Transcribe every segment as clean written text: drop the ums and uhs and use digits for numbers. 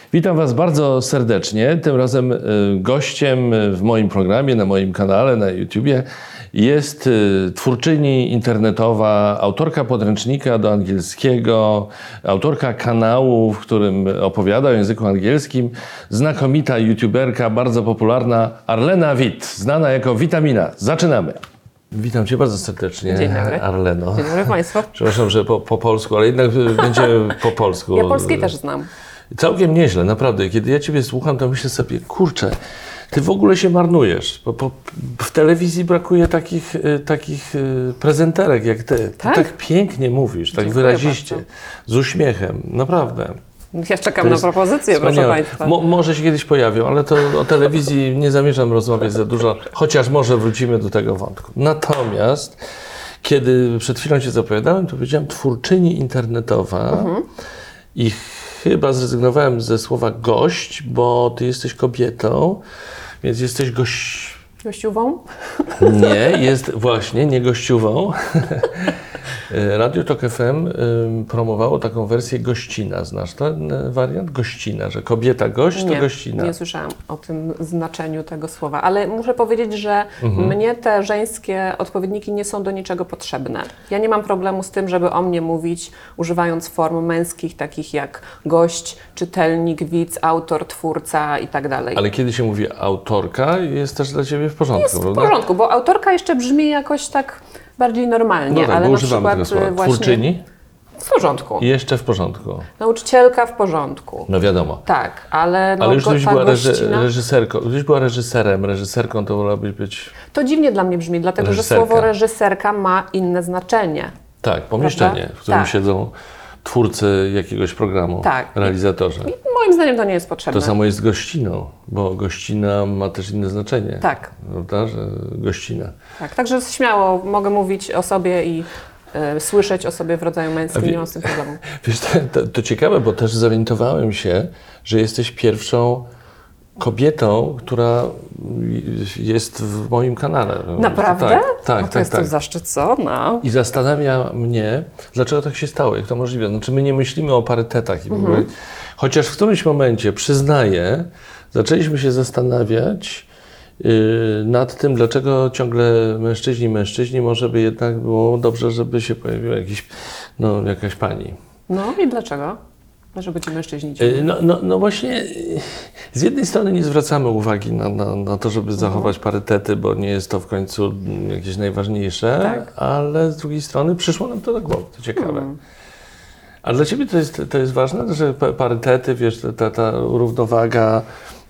Witam Was bardzo serdecznie. Tym razem gościem w moim programie, na moim kanale, na YouTubie jest twórczyni internetowa, autorka podręcznika do angielskiego, autorka kanału, w którym opowiada o języku angielskim, znakomita youtuberka, bardzo popularna Arlena Witt, znana jako Witamina. Zaczynamy. Witam Cię bardzo serdecznie, Dzień dobry. Arleno. Dzień dobry Państwu. Przepraszam, że po polsku, ale jednak będzie po polsku. Ja polski też znam. Całkiem nieźle, naprawdę. Kiedy ja Ciebie słucham, to myślę sobie, kurczę, Ty w ogóle się marnujesz. W telewizji brakuje takich prezenterek jak Ty. Tak? Ty tak pięknie mówisz, tak Dziękuję wyraziście, bardzo. z uśmiechem, naprawdę. Ja czekam na propozycję, proszę Wspaniałe. Państwa. Może się kiedyś pojawią, ale to o telewizji nie zamierzam rozmawiać za dużo, chociaż może wrócimy do tego wątku. Natomiast, kiedy przed chwilą Cię zapowiadałem, to powiedziałem twórczyni internetowa i chyba zrezygnowałem ze słowa gość, bo Ty jesteś kobietą, więc jesteś Gościową? nie gościową. Radio Tok FM promowało taką wersję gościna. Znasz ten wariant? Gościna, że kobieta gość to gościna. Nie słyszałam o tym znaczeniu tego słowa, ale muszę powiedzieć, że mnie te żeńskie odpowiedniki nie są do niczego potrzebne. Ja nie mam problemu z tym, żeby o mnie mówić, używając form męskich, takich jak gość, czytelnik, widz, autor, twórca i tak dalej. Ale kiedy się mówi autorka, jest też dla Ciebie w porządku, Jest prawda? w porządku, bo autorka jeszcze brzmi jakoś tak bardziej normalnie, No tak, ale bo na używamy przykład tego słowa. właśnie Twórczyni? w porządku. Jeszcze w porządku. Nauczycielka w porządku. No wiadomo. Tak, ale Ale już gdybyś ta była gościna, reżyserką, gdybyś była reżyserką, to wolałabyś być... to dziwnie dla mnie brzmi, dlatego Reżyserka. że słowo reżyserka ma inne znaczenie. Tak, pomieszczenie, Prawda? w którym Tak. siedzą twórcy jakiegoś programu, Tak. realizatorzy. I moim zdaniem to nie jest potrzebne. To samo jest z gościną, bo gościna ma też inne znaczenie. Tak. Prawda, że gościna. Tak, także śmiało mogę mówić o sobie i słyszeć o sobie w rodzaju męskim, nie mam z tym problemu. Wiesz, to ciekawe, bo też zorientowałem się, że jesteś pierwszą kobietą, która jest w moim kanale. Naprawdę? Tak, no to tak, jestem tak. zaszczycona. I zastanawia mnie, dlaczego tak się stało, jak to możliwe. Znaczy my nie myślimy o parytetach. I w ogóle, chociaż w którymś momencie, przyznaję, zaczęliśmy się zastanawiać nad tym, dlaczego ciągle mężczyźni, może by jednak było dobrze, żeby się pojawiła jakaś pani. No i dlaczego? Żeby ci mężczyźni No właśnie, z jednej strony nie zwracamy uwagi na to, żeby zachować parytety, bo nie jest to w końcu jakieś najważniejsze, Tak. ale z drugiej strony przyszło nam to do głowy, to ciekawe. A dla Ciebie to jest ważne, że parytety, wiesz, ta równowaga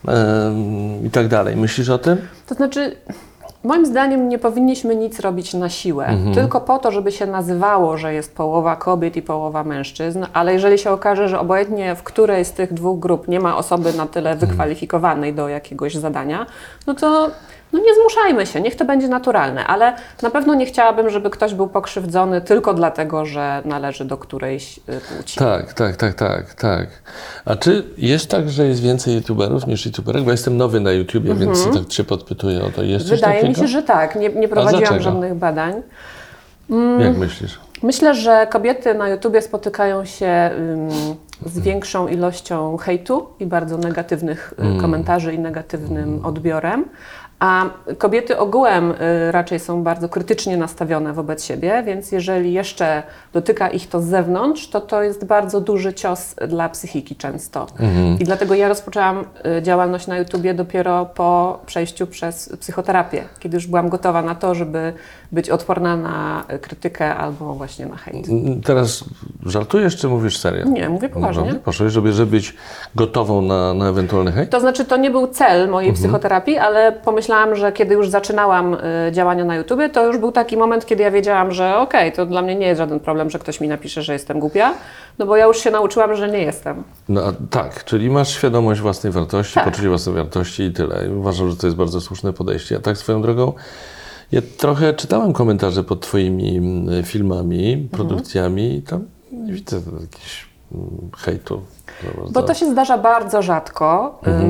i tak dalej. Myślisz o tym? To znaczy, moim zdaniem nie powinniśmy nic robić na siłę, tylko po to, żeby się nazywało, że jest połowa kobiet i połowa mężczyzn, ale jeżeli się okaże, że obojętnie w której z tych dwóch grup nie ma osoby na tyle wykwalifikowanej do jakiegoś zadania, no to nie zmuszajmy się, niech to będzie naturalne, ale na pewno nie chciałabym, żeby ktoś był pokrzywdzony tylko dlatego, że należy do którejś płci. Tak. A czy jest tak, że jest więcej youtuberów niż youtuberek? Bo jestem nowy na YouTubie, więc tak Cię podpytuję o to. Jest coś Wydaje mi takiego? się, że tak. Nie prowadziłam dlaczego? żadnych badań. Jak myślisz? Myślę, że kobiety na YouTubie spotykają się z większą ilością hejtu i bardzo negatywnych komentarzy i negatywnym odbiorem, a kobiety ogółem raczej są bardzo krytycznie nastawione wobec siebie, więc jeżeli jeszcze dotyka ich to z zewnątrz, to jest bardzo duży cios dla psychiki często. I dlatego ja rozpoczęłam działalność na YouTubie dopiero po przejściu przez psychoterapię, kiedy już byłam gotowa na to, żeby być odporna na krytykę albo właśnie na hejt. Teraz żartujesz, czy mówisz serio? Nie, mówię poważnie. Poszłeś, żeby być gotową na ewentualny hejt? To znaczy, to nie był cel mojej psychoterapii, ale pomyślałam, że kiedy już zaczynałam działania na YouTubie, to już był taki moment, kiedy ja wiedziałam, że okej, to dla mnie nie jest żaden problem, że ktoś mi napisze, że jestem głupia, no bo ja już się nauczyłam, że nie jestem. No tak, czyli masz świadomość własnej wartości, Tak. poczucie własnej wartości i tyle. I uważam, że to jest bardzo słuszne podejście. A tak swoją drogą, ja trochę czytałem komentarze pod Twoimi filmami, produkcjami i tam nie widzę jakichś hejtu. Bo to się zdarza bardzo rzadko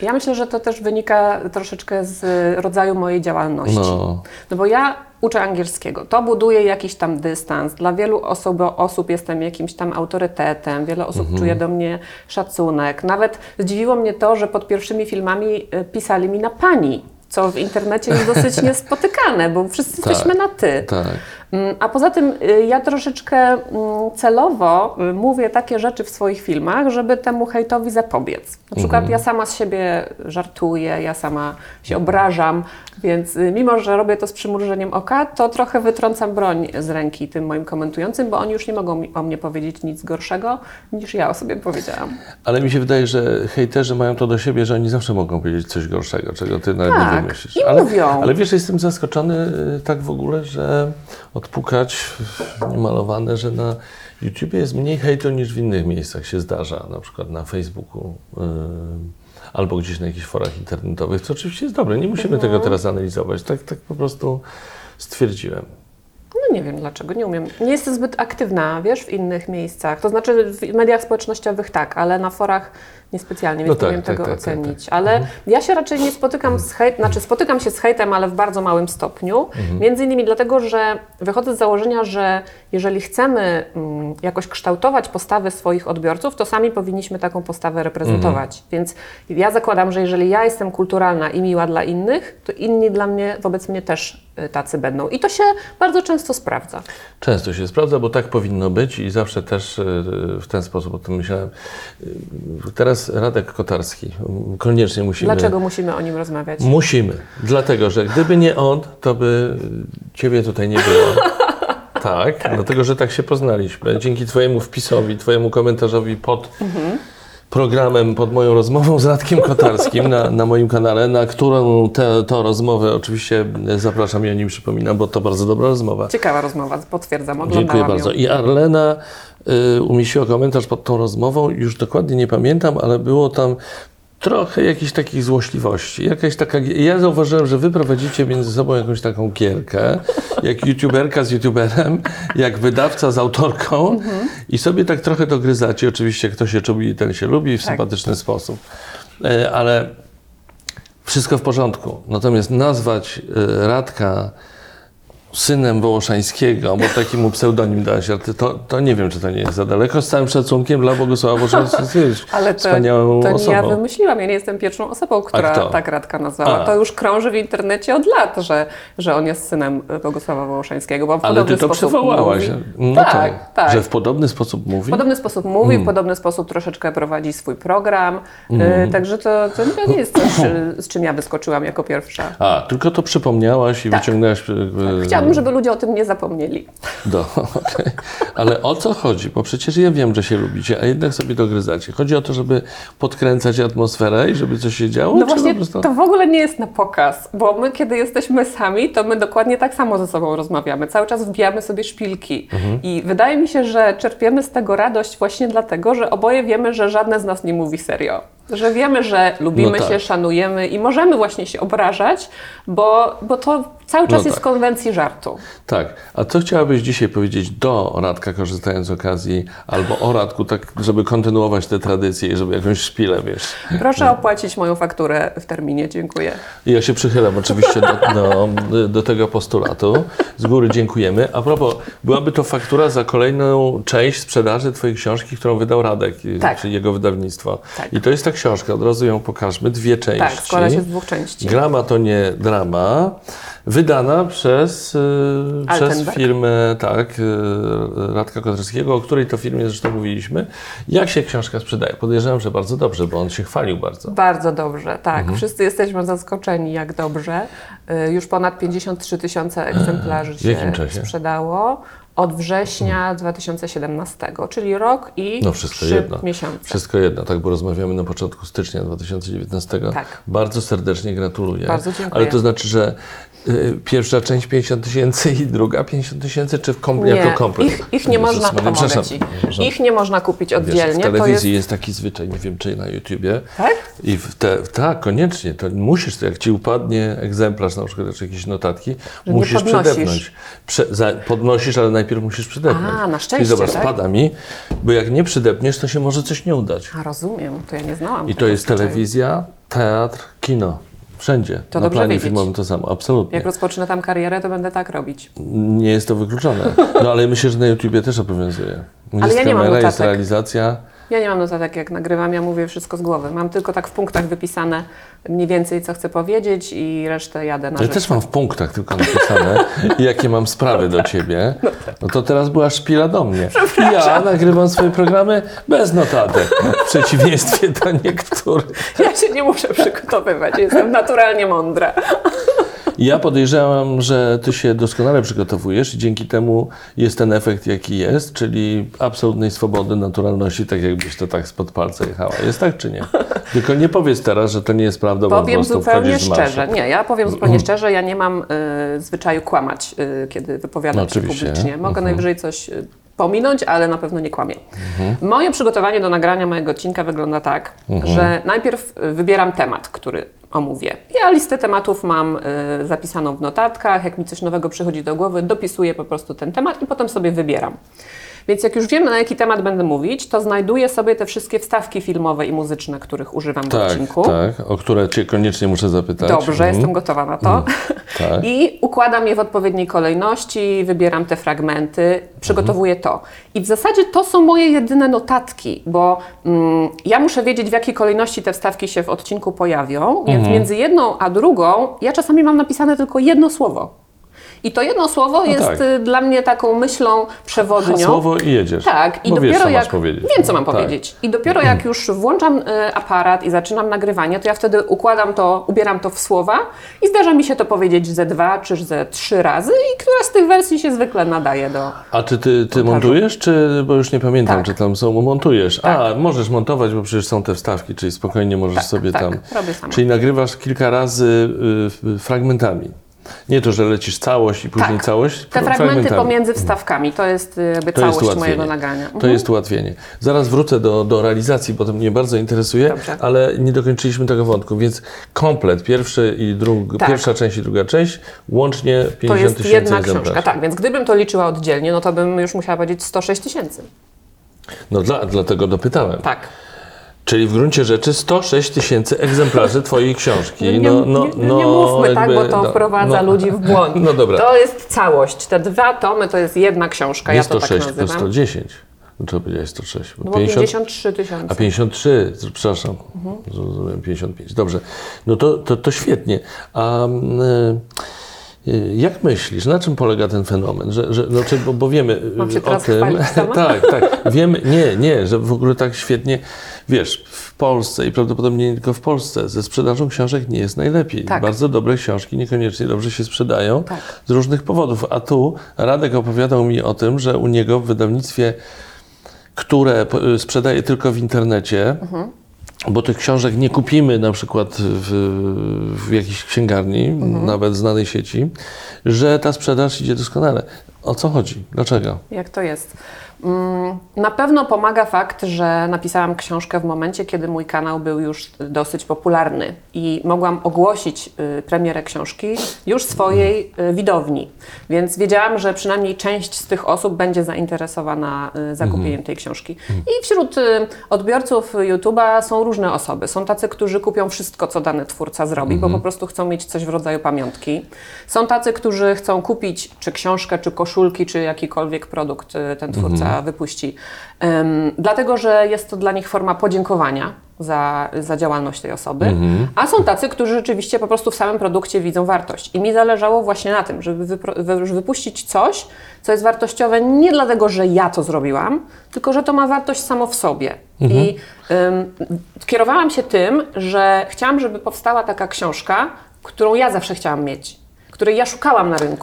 Ja myślę, że to też wynika troszeczkę z rodzaju mojej działalności. No bo ja uczę angielskiego. To buduje jakiś tam dystans. Dla wielu osób jestem jakimś tam autorytetem. Wiele osób czuje do mnie szacunek. Nawet zdziwiło mnie to, że pod pierwszymi filmami pisali mi na pani, co w internecie jest dosyć niespotykane, bo wszyscy jesteśmy na ty. Tak. A poza tym ja troszeczkę celowo mówię takie rzeczy w swoich filmach, żeby temu hejtowi zapobiec. Na przykład ja sama z siebie żartuję, ja sama się obrażam, więc mimo, że robię to z przymrużeniem oka, to trochę wytrącam broń z ręki tym moim komentującym, bo oni już nie mogą o mnie powiedzieć nic gorszego, niż ja o sobie powiedziałam. Ale mi się wydaje, że hejterzy mają to do siebie, że oni zawsze mogą powiedzieć coś gorszego, czego ty nawet nie wymyślisz. Mówią. Ale wiesz, jestem zaskoczony tak w ogóle, że odpukać niemalowane, że na YouTubie jest mniej hejtu niż w innych miejscach się zdarza, na przykład na Facebooku albo gdzieś na jakichś forach internetowych, co oczywiście jest dobre, nie musimy tego teraz analizować, tak po prostu stwierdziłem. No nie wiem dlaczego, nie umiem. Nie jestem zbyt aktywna, wiesz, w innych miejscach. To znaczy w mediach społecznościowych tak, ale na forach niespecjalnie, więc nie umiem tego ocenić. Ale ja się raczej nie spotykam z hejtem, znaczy spotykam się z hejtem, ale w bardzo małym stopniu. Między innymi dlatego, że wychodzę z założenia, że jeżeli chcemy jakoś kształtować postawy swoich odbiorców, to sami powinniśmy taką postawę reprezentować. Więc ja zakładam, że jeżeli ja jestem kulturalna i miła dla innych, to inni wobec mnie też tacy będą. I to się bardzo często sprawdza. Często się sprawdza, bo tak powinno być i zawsze też w ten sposób o tym myślałem. Teraz Radek Kotarski. Koniecznie musimy... Dlaczego musimy o nim rozmawiać? Musimy. Dlatego, że gdyby nie on, to by ciebie tutaj nie było. Tak, dlatego, że tak się poznaliśmy. Dzięki twojemu wpisowi, twojemu komentarzowi pod programem, pod moją rozmową z Radkiem Kotarskim na moim kanale, na którą tę rozmowę oczywiście zapraszam i o nim przypominam, bo to bardzo dobra rozmowa. Ciekawa rozmowa, potwierdzam, oglądałam Dziękuję bardzo. ją. I Arlena umieściła komentarz pod tą rozmową, już dokładnie nie pamiętam, ale było tam trochę jakichś takich złośliwości. Jakaś taka, ja zauważyłem, że wy prowadzicie między sobą jakąś taką gierkę, jak youtuberka z youtuberem, jak wydawca z autorką i sobie tak trochę dogryzacie. Oczywiście kto się lubi, ten się lubi w sympatyczny sposób. Ale wszystko w porządku. Natomiast nazwać Radka synem Wołoszańskiego, bo taki mu pseudonim dałaś, to nie wiem, czy to nie jest za daleko, z całym szacunkiem dla Bogusława Wołoszańskiego. Ale to nie ja wymyśliłam, ja nie jestem pierwszą osobą, która tak Radka nazwała. To już krąży w internecie od lat, że on jest synem Bogusława Wołoszańskiego, bo w Ale podobny ty to przywołałaś. Mówi. No tak, że w podobny sposób mówi? W podobny sposób mówi, w podobny sposób troszeczkę prowadzi swój program, także to nie jest coś, z czym ja wyskoczyłam jako pierwsza. Tylko to przypomniałaś i wyciągnęłaś... Chciałabym, żeby ludzie o tym nie zapomnieli. Okay. Ale o co chodzi? Bo przecież ja wiem, że się lubicie, a jednak sobie dogryzacie. Chodzi o to, żeby podkręcać atmosferę i żeby coś się działo? No właśnie, to w ogóle nie jest na pokaz, bo my, kiedy jesteśmy sami, to my dokładnie tak samo ze sobą rozmawiamy. Cały czas wbijamy sobie szpilki. I wydaje mi się, że czerpiemy z tego radość właśnie dlatego, że oboje wiemy, że żadne z nas nie mówi serio. Że wiemy, że lubimy się, szanujemy i możemy właśnie się obrażać, bo to cały czas jest w konwencji żartu. Tak. A co chciałabyś dzisiaj powiedzieć do Radka, korzystając z okazji, albo o Radku, tak żeby kontynuować tę tradycję i żeby jakąś szpilę, wiesz? Proszę opłacić moją fakturę w terminie, dziękuję. I ja się przychylam oczywiście do tego postulatu. Z góry dziękujemy. A propos, byłaby to faktura za kolejną część sprzedaży twojej książki, którą wydał Radek, czyli jego wydawnictwo. I to jest ta książka, od razu ją pokażmy, 2 części. Tak, składa się z 2 części. Grama to nie drama, wydana przez firmę Radka Kotarskiego, o której to firmie zresztą mówiliśmy. Jak się książka sprzedaje? Podejrzewam, że bardzo dobrze, bo on się chwalił bardzo. Bardzo dobrze, tak. Wszyscy jesteśmy zaskoczeni, jak dobrze. Już ponad 53 000 egzemplarzy się sprzedało. Od września 2017, czyli rok i 3 miesiące. Wszystko jedno, tak, bo rozmawiamy na początku stycznia 2019. Tak. Bardzo serdecznie gratuluję. Bardzo dziękuję. Ale to znaczy, że Pierwsza część 50 000 i druga 50 000, czy jako komplet? Ich nie można, ich nie można kupić oddzielnie. Wiesz, w telewizji jest taki zwyczaj, nie wiem czy na YouTubie. Tak? I tak, koniecznie. To musisz, jak ci upadnie egzemplarz, na przykład czy jakieś notatki, że musisz przydepnąć. Podnosisz, ale najpierw musisz przydepnąć. Na szczęście, I zobacz, tak? spada mi, bo jak nie przydepniesz, to się może coś nie udać. Rozumiem, to ja nie znałam. I to jest telewizja, teatr, kino. Wszędzie. To na dobrze planie wiedzieć. filmowym to samo, absolutnie. Jak rozpocznę tam karierę, to będę tak robić. Nie jest to wykluczone. No ale myślę, że na YouTubie też obowiązuje. Ale ja nie mam notatek. Jest realizacja. Ja nie mam notatek, jak nagrywam, ja mówię wszystko z głowy. Mam tylko tak w punktach wypisane mniej więcej, co chcę powiedzieć i resztę jadę na Ja też mam w punktach tylko napisane, jakie mam sprawy do Ciebie. No to teraz była szpila do mnie. Ja nagrywam swoje programy bez notatek, w przeciwieństwie do niektórych. Ja się nie muszę przygotowywać, jestem naturalnie mądra. Ja podejrzewam, że Ty się doskonale przygotowujesz i dzięki temu jest ten efekt, jaki jest, czyli absolutnej swobody, naturalności, tak jakbyś to tak spod palca jechała. Jest tak czy nie? Tylko nie powiedz teraz, że to nie jest prawda, bo Powiem po prostu zupełnie wchodzisz z marszu. szczerze. Nie, ja powiem zupełnie szczerze, ja nie mam zwyczaju kłamać, kiedy wypowiadam się publicznie. Mogę najwyżej coś pominąć, ale na pewno nie kłamię. Moje przygotowanie do nagrania mojego odcinka wygląda tak, że najpierw wybieram temat, który omówię. Ja listę tematów mam zapisaną w notatkach, jak mi coś nowego przychodzi do głowy, dopisuję po prostu ten temat i potem sobie wybieram. Więc jak już wiem, na jaki temat będę mówić, to znajduję sobie te wszystkie wstawki filmowe i muzyczne, których używam w odcinku. Tak, o które Cię koniecznie muszę zapytać. Dobrze, jestem gotowa na to. Tak. I układam je w odpowiedniej kolejności, wybieram te fragmenty, przygotowuję to. I w zasadzie to są moje jedyne notatki, bo ja muszę wiedzieć, w jakiej kolejności te wstawki się w odcinku pojawią, więc między jedną a drugą ja czasami mam napisane tylko jedno słowo. I to jedno słowo jest dla mnie taką myślą przewodnią. Słowo i jedziesz. Tak, i bo dopiero wiesz, co jak masz powiedzieć. wiem, co mam powiedzieć. I dopiero jak już włączam aparat i zaczynam nagrywanie, to ja wtedy układam to, ubieram to w słowa i zdarza mi się to powiedzieć ze 2 czy ze 3 razy i która z tych wersji się zwykle nadaje do. A czy ty montujesz, czy, bo już nie pamiętam, Tak. czy tam są, montujesz? Tak. A, możesz montować, bo przecież są te wstawki, czyli spokojnie możesz sobie tam. Robię sama. Czyli nagrywasz kilka razy fragmentami. Nie to, że lecisz całość i później całość. Te fragmenty pomiędzy wstawkami, to jest jakby całość mojego nagrania. To jest ułatwienie. Zaraz wrócę do realizacji, bo to mnie bardzo interesuje, Dobrze. ale nie dokończyliśmy tego wątku, więc komplet, pierwsza część i druga część, łącznie 50 000 To jest jedna egzemplarzy. książka, tak, więc gdybym to liczyła oddzielnie, no to bym już musiała powiedzieć 106 000. No dlatego dopytałem. Tak. Czyli w gruncie rzeczy 106 000 egzemplarzy Twojej książki. Nie mówmy tak, bo to wprowadza ludzi w błąd. No dobra. To jest całość. Te 2 tomy to jest jedna książka, Nie ja to 106, tak to nazywam. 110. Dlaczego powiedziałeś 106? No bo 53 000. A 53, przepraszam, zrozumiałem 55. Dobrze, no to świetnie. A jak myślisz, na czym polega ten fenomen? Bo wiemy Mam się o teraz tym. chwalić sama? Tak, wiemy, nie, że w ogóle tak świetnie, wiesz, w Polsce i prawdopodobnie nie tylko w Polsce, ze sprzedażą książek nie jest najlepiej. Tak. Bardzo dobre książki niekoniecznie dobrze się sprzedają Tak. z różnych powodów. A tu Radek opowiadał mi o tym, że u niego w wydawnictwie, które sprzedaje tylko w internecie, bo tych książek nie kupimy na przykład w jakiejś księgarni, nawet znanej sieci, że ta sprzedaż idzie doskonale. O co chodzi? Dlaczego? Jak to jest? Na pewno pomaga fakt, że napisałam książkę w momencie, kiedy mój kanał był już dosyć popularny i mogłam ogłosić premierę książki już swojej widowni. Więc wiedziałam, że przynajmniej część z tych osób będzie zainteresowana zakupieniem tej książki. I wśród odbiorców YouTube'a są różne osoby. Są tacy, którzy kupią wszystko, co dany twórca zrobi, bo po prostu chcą mieć coś w rodzaju pamiątki. Są tacy, którzy chcą kupić czy książkę, czy koszulki, czy jakikolwiek produkt ten twórca wypuści. Dlatego, że jest to dla nich forma podziękowania za działalność tej osoby. A są tacy, którzy rzeczywiście po prostu w samym produkcie widzą wartość. I mi zależało właśnie na tym, żeby wypuścić coś, co jest wartościowe nie dlatego, że ja to zrobiłam, tylko że to ma wartość samo w sobie. I kierowałam się tym, że chciałam, żeby powstała taka książka, którą ja zawsze chciałam mieć, której ja szukałam na rynku.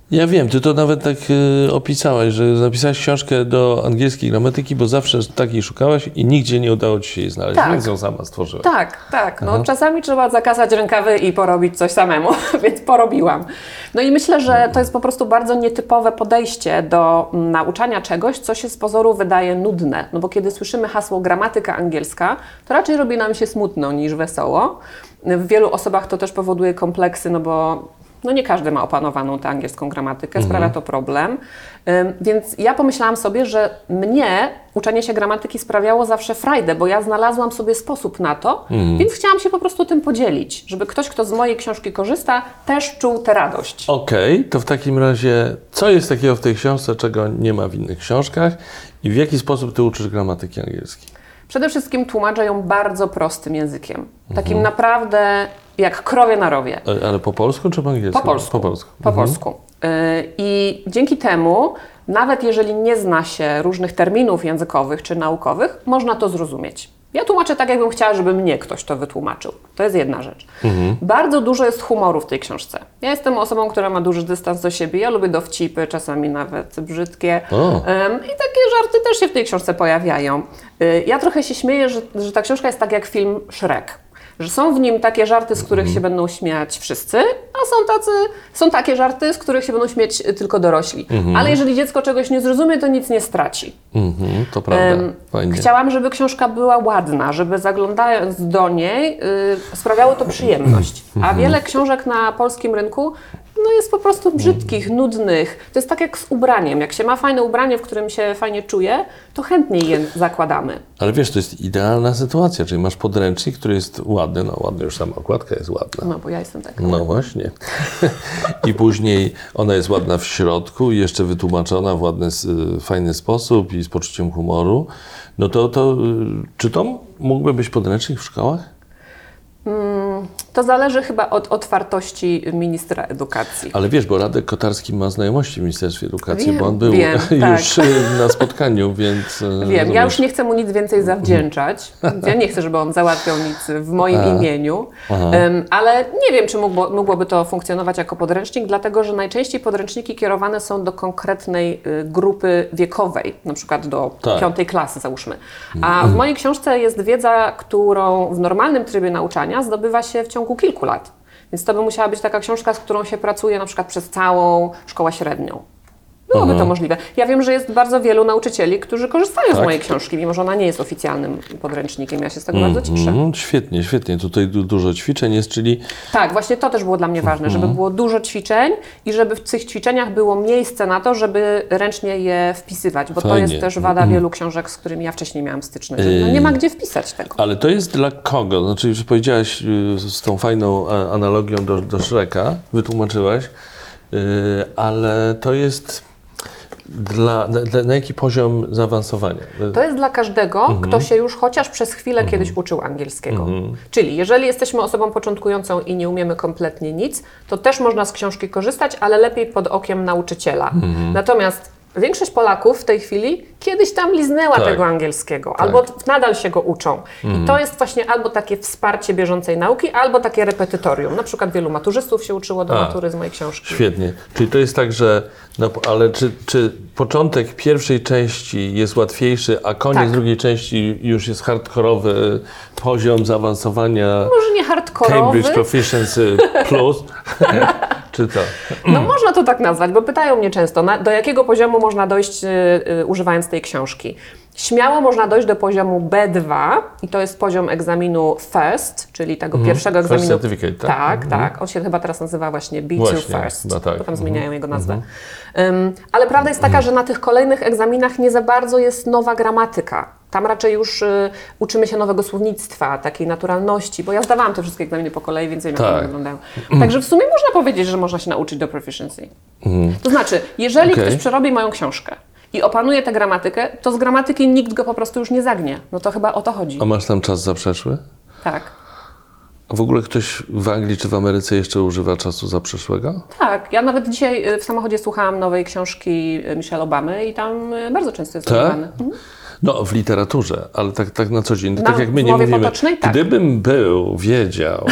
Ja wiem, ty to nawet tak opisałaś, że napisałaś książkę do angielskiej gramatyki, bo zawsze takiej szukałaś i nigdzie nie udało ci się jej znaleźć, Tak. więc ją sama stworzyłaś. Tak. No, czasami trzeba zakasać rękawy i porobić coś samemu, więc porobiłam. No i myślę, że to jest po prostu bardzo nietypowe podejście do nauczania czegoś, co się z pozoru wydaje nudne. No bo kiedy słyszymy hasło gramatyka angielska, to raczej robi nam się smutno niż wesoło. W wielu osobach to też powoduje kompleksy, no bo nie każdy ma opanowaną tę angielską gramatykę, sprawia to problem. Więc ja pomyślałam sobie, że mnie uczenie się gramatyki sprawiało zawsze frajdę, bo ja znalazłam sobie sposób na to, więc chciałam się po prostu tym podzielić, żeby ktoś, kto z mojej książki korzysta, też czuł tę radość. Okej, to w takim razie, co jest takiego w tej książce, czego nie ma w innych książkach i w jaki sposób ty uczysz gramatyki angielskiej? Przede wszystkim tłumaczę ją bardzo prostym językiem. Takim naprawdę jak krowie na rowie. Ale po polsku czy po angielsku? Po polsku. Po polsku. Po polsku. I dzięki temu, nawet jeżeli nie zna się różnych terminów językowych czy naukowych, można to zrozumieć. Ja tłumaczę tak, jakbym chciała, żeby mnie ktoś to wytłumaczył. To jest jedna rzecz. Bardzo dużo jest humoru w tej książce. Ja jestem osobą, która ma duży dystans do siebie. Ja lubię dowcipy, czasami nawet brzydkie. I takie żarty też się w tej książce pojawiają. Ja trochę się śmieję, że ta książka jest tak jak film Shrek. Że są w nim takie żarty, z których się będą śmiać wszyscy, a są takie żarty, z których się będą śmiać tylko dorośli. Ale jeżeli dziecko czegoś nie zrozumie, to nic nie straci. To prawda. Fajnie. Chciałam, żeby książka była ładna, żeby zaglądając do niej sprawiało to przyjemność. A wiele książek na polskim rynku jest po prostu brzydkich, nudnych. To jest tak jak z ubraniem. Jak się ma fajne ubranie, w którym się fajnie czuje, to chętniej je zakładamy. Ale wiesz, to jest idealna sytuacja, czyli masz podręcznik, który jest ładny, ładny już sama okładka jest ładna. No, bo ja jestem taka. No właśnie. I później ona jest ładna w środku i jeszcze wytłumaczona w ładny, fajny sposób i z poczuciem humoru. No to czy to mógłby być podręcznik w szkołach? To zależy chyba od otwartości ministra edukacji. Ale wiesz, bo Radek Kotarski ma znajomości w Ministerstwie Edukacji, bo on był już tak. Na spotkaniu, więc... Wiem, ja już nie chcę mu nic więcej zawdzięczać. Ja nie chcę, żeby on załatwiał nic w moim imieniu. Ale nie wiem, czy mogłoby to funkcjonować jako podręcznik, dlatego że najczęściej podręczniki kierowane są do konkretnej grupy wiekowej, na przykład do 5. klasy załóżmy. A w mojej książce jest wiedza, którą w normalnym trybie nauczania zdobywa się w ciągu kilku lat. Więc to by musiała być taka książka, z którą się pracuje na przykład przez całą szkołę średnią. Byłoby to możliwe. Ja wiem, że jest bardzo wielu nauczycieli, którzy korzystają z mojej książki, mimo że ona nie jest oficjalnym podręcznikiem. Ja się z tego bardzo cieszę. Świetnie, świetnie. Tutaj dużo ćwiczeń jest, czyli... Tak, właśnie to też było dla mnie ważne, żeby było dużo ćwiczeń i żeby w tych ćwiczeniach było miejsce na to, żeby ręcznie je wpisywać, bo to jest też wada wielu książek, z którymi ja wcześniej miałam styczność, że nie ma gdzie wpisać tego. Ale to jest dla kogo? Znaczy, już powiedziałaś z tą fajną analogią do Shreka, wytłumaczyłaś, ale to jest... Na jaki poziom zaawansowania? To jest dla każdego, kto się już chociaż przez chwilę kiedyś uczył angielskiego. Czyli jeżeli jesteśmy osobą początkującą i nie umiemy kompletnie nic, to też można z książki korzystać, ale lepiej pod okiem nauczyciela. Natomiast większość Polaków w tej chwili kiedyś tam liznęła tego angielskiego, albo nadal się go uczą. I to jest właśnie albo takie wsparcie bieżącej nauki, albo takie repetytorium. Na przykład wielu maturzystów się uczyło do matury z mojej książki. Świetnie. Czyli to jest tak, że... ale czy początek pierwszej części jest łatwiejszy, a koniec drugiej części już jest hardkorowy poziom zaawansowania? Może nie hardkorowy. Cambridge Proficiency Plus? Czy to? No można to tak nazwać, bo pytają mnie często, do jakiego poziomu można dojść używając tej książki. Śmiało można dojść do poziomu B2 i to jest poziom egzaminu FIRST, czyli tego pierwszego egzaminu. First certificate, tak? Tak. On się chyba teraz nazywa właśnie B2 First, tak. bo tam zmieniają jego nazwę. Ale prawda jest taka, że na tych kolejnych egzaminach nie za bardzo jest nowa gramatyka. Tam raczej już uczymy się nowego słownictwa, takiej naturalności, bo ja zdawałam te wszystkie egzaminy po kolei, więc wiem, jak one wyglądają. Także w sumie można powiedzieć, że można się nauczyć do proficiency. To znaczy, jeżeli ktoś przerobi moją książkę i opanuje tę gramatykę, to z gramatyki nikt go po prostu już nie zagnie. No to chyba o to chodzi. A masz tam czas zaprzeszły? Tak. A w ogóle ktoś w Anglii czy w Ameryce jeszcze używa czasu zaprzeszłego? Tak. Ja nawet dzisiaj w samochodzie słuchałam nowej książki Michelle Obamy i tam bardzo często jest używany. No, w literaturze, ale tak na co dzień. Na- Tak jak my w nie mowie mówimy, potocznej? Tak. gdybym wiedział.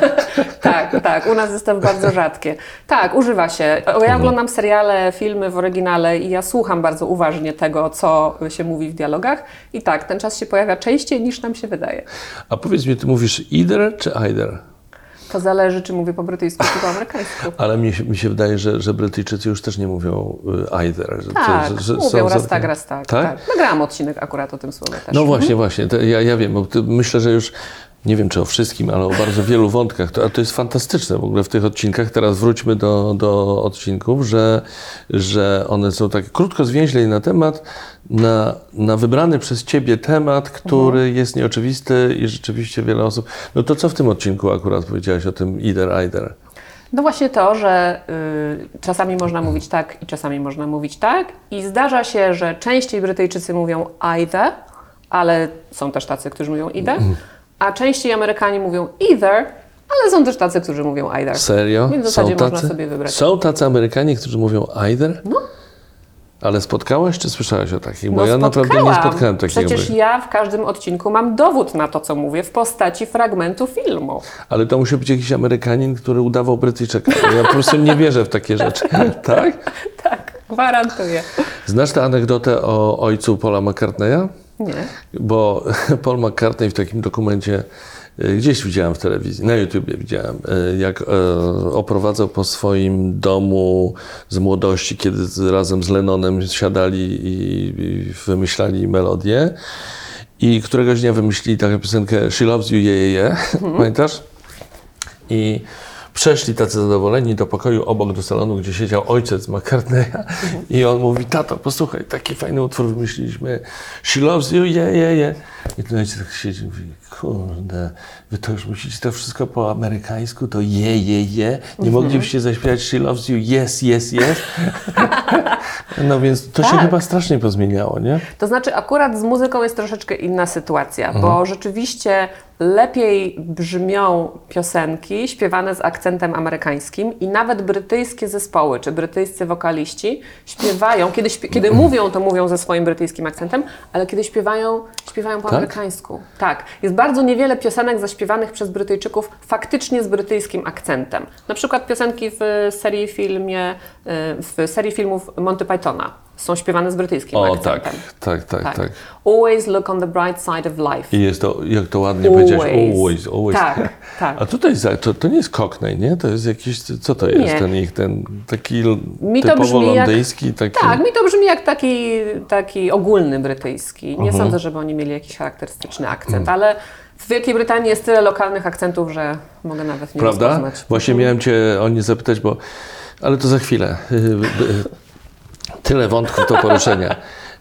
Tak, u nas jest to bardzo rzadkie. Tak, używa się. Ja oglądam seriale, filmy w oryginale i ja słucham bardzo uważnie tego, co się mówi w dialogach i tak, ten czas się pojawia częściej niż nam się wydaje. A powiedz mi, ty mówisz either czy either? To zależy, czy mówię po brytyjsku, czy po amerykańsku. Ale mi się wydaje, że Brytyjczycy już też nie mówią either. Tak, mówią raz tak, raz tak. Tak? Nagrałam odcinek akurat o tym słowie też. No właśnie. To ja wiem, bo myślę, że już nie wiem, czy o wszystkim, ale o bardzo wielu wątkach. A to jest fantastyczne w ogóle w tych odcinkach. Teraz wróćmy do odcinków, że one są tak krótko zwięźle na temat, na wybrany przez Ciebie temat, który jest nieoczywisty i rzeczywiście wiele osób... No to co w tym odcinku akurat powiedziałaś o tym either? No właśnie to, że czasami można mówić tak i czasami można mówić tak i zdarza się, że częściej Brytyjczycy mówią either, ale są też tacy, którzy mówią either, a częściej Amerykanie mówią either, ale są też tacy, którzy mówią either. Serio? Więc w zasadzie można sobie wybrać. Są tacy Amerykanie, którzy mówią either? No. Ale spotkałaś czy słyszałaś o takich? Bo No ja naprawdę nie spotkałem takiego. Przecież ja w każdym odcinku mam dowód na to, co mówię w postaci fragmentu filmu. Ale to musi być jakiś Amerykanin, który udawał Brytyjczyka. Ja po prostu nie wierzę w takie rzeczy. Tak? Tak, gwarantuję. Znasz tę anegdotę o ojcu Paula McCartneya? Nie. Bo Paul McCartney w takim dokumencie, gdzieś widziałem w telewizji, na YouTubie widziałem, jak oprowadzał po swoim domu z młodości, kiedy razem z Lennonem siadali i wymyślali melodię. I któregoś dnia wymyślili taką piosenkę She Loves You, yeah. Pamiętasz? I przeszli tacy zadowoleni do pokoju obok, do salonu, gdzie siedział ojciec McCartneya i on mówi: tato, posłuchaj, taki fajny utwór wymyśliliśmy, She Loves You, yeah. I ten ojciec tak siedzi i mówi: kurde, wy to już musicie to wszystko po amerykańsku, to yeah. Nie moglibyście zaśpiewać She Loves You, yes. No więc to się chyba strasznie pozmieniało, nie? To znaczy akurat z muzyką jest troszeczkę inna sytuacja, bo rzeczywiście lepiej brzmią piosenki śpiewane z akcentem amerykańskim i nawet brytyjskie zespoły czy brytyjscy wokaliści śpiewają, kiedy mówią, to mówią ze swoim brytyjskim akcentem, ale kiedy śpiewają po amerykańsku. Tak. Jest bardzo niewiele piosenek zaśpiewanych przez Brytyjczyków faktycznie z brytyjskim akcentem. Na przykład piosenki w serii filmów Monty Pythona są śpiewane z brytyjskim akcentem. Tak. Always look on the bright side of life. I jest to, jak to ładnie powiedziałeś, always. Tak. A tutaj to nie jest Cockney, nie? To jest jakiś, co to jest? Ten taki typowo londyjski? Tak, mi to brzmi jak taki ogólny brytyjski. Nie sądzę, żeby oni mieli jakiś charakterystyczny akcent, ale w Wielkiej Brytanii jest tyle lokalnych akcentów, że mogę nawet nie rozpoznać. Właśnie miałem Cię o nie zapytać, ale to za chwilę. Tyle wątków do poruszenia.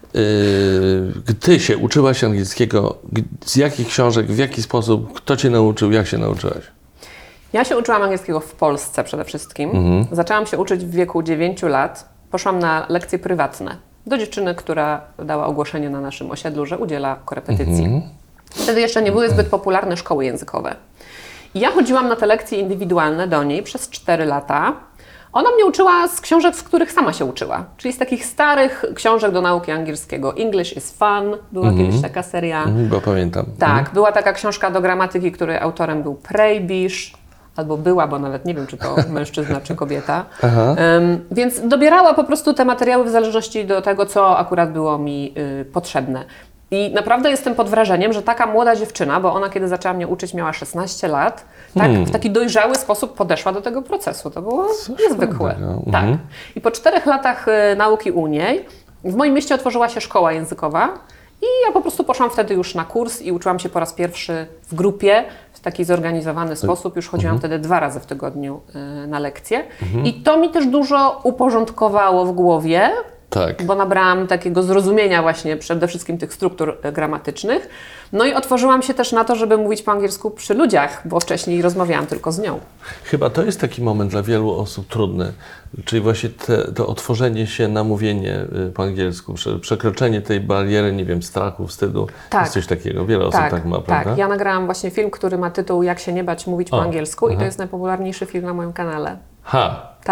Ty się uczyłaś angielskiego, z jakich książek, w jaki sposób, kto Cię nauczył, jak się nauczyłaś? Ja się uczyłam angielskiego w Polsce przede wszystkim. Zaczęłam się uczyć w wieku 9 lat. Poszłam na lekcje prywatne do dziewczyny, która dała ogłoszenie na naszym osiedlu, że udziela korepetycji. Wtedy jeszcze nie były zbyt popularne szkoły językowe. I ja chodziłam na te lekcje indywidualne do niej przez 4 lata. Ona mnie uczyła z książek, z których sama się uczyła. Czyli z takich starych książek do nauki angielskiego. English is fun, była kiedyś taka seria. Bo pamiętam. Tak, była taka książka do gramatyki, której autorem był Prejbisz. Albo była, bo nawet nie wiem, czy to mężczyzna, czy kobieta. Więc dobierała po prostu te materiały w zależności do tego, co akurat było mi potrzebne. I naprawdę jestem pod wrażeniem, że taka młoda dziewczyna, bo ona kiedy zaczęła mnie uczyć miała 16 lat, tak w taki dojrzały sposób podeszła do tego procesu. To było niezwykłe. Tak. I po 4 latach nauki u niej w moim mieście otworzyła się szkoła językowa i ja po prostu poszłam wtedy już na kurs i uczyłam się po raz pierwszy w grupie, w taki zorganizowany sposób. Już chodziłam wtedy 2 razy w tygodniu na lekcje. I to mi też dużo uporządkowało w głowie, bo nabrałam takiego zrozumienia właśnie przede wszystkim tych struktur gramatycznych. No i otworzyłam się też na to, żeby mówić po angielsku przy ludziach, bo wcześniej rozmawiałam tylko z nią. Chyba to jest taki moment dla wielu osób trudny, czyli właśnie to otworzenie się na mówienie po angielsku, przekroczenie tej bariery, nie wiem, strachu, wstydu. Tak. Jest coś takiego, wiele osób tak ma, prawda? Tak, ja nagrałam właśnie film, który ma tytuł Jak się nie bać mówić po angielsku i to jest najpopularniejszy film na moim kanale. Tak.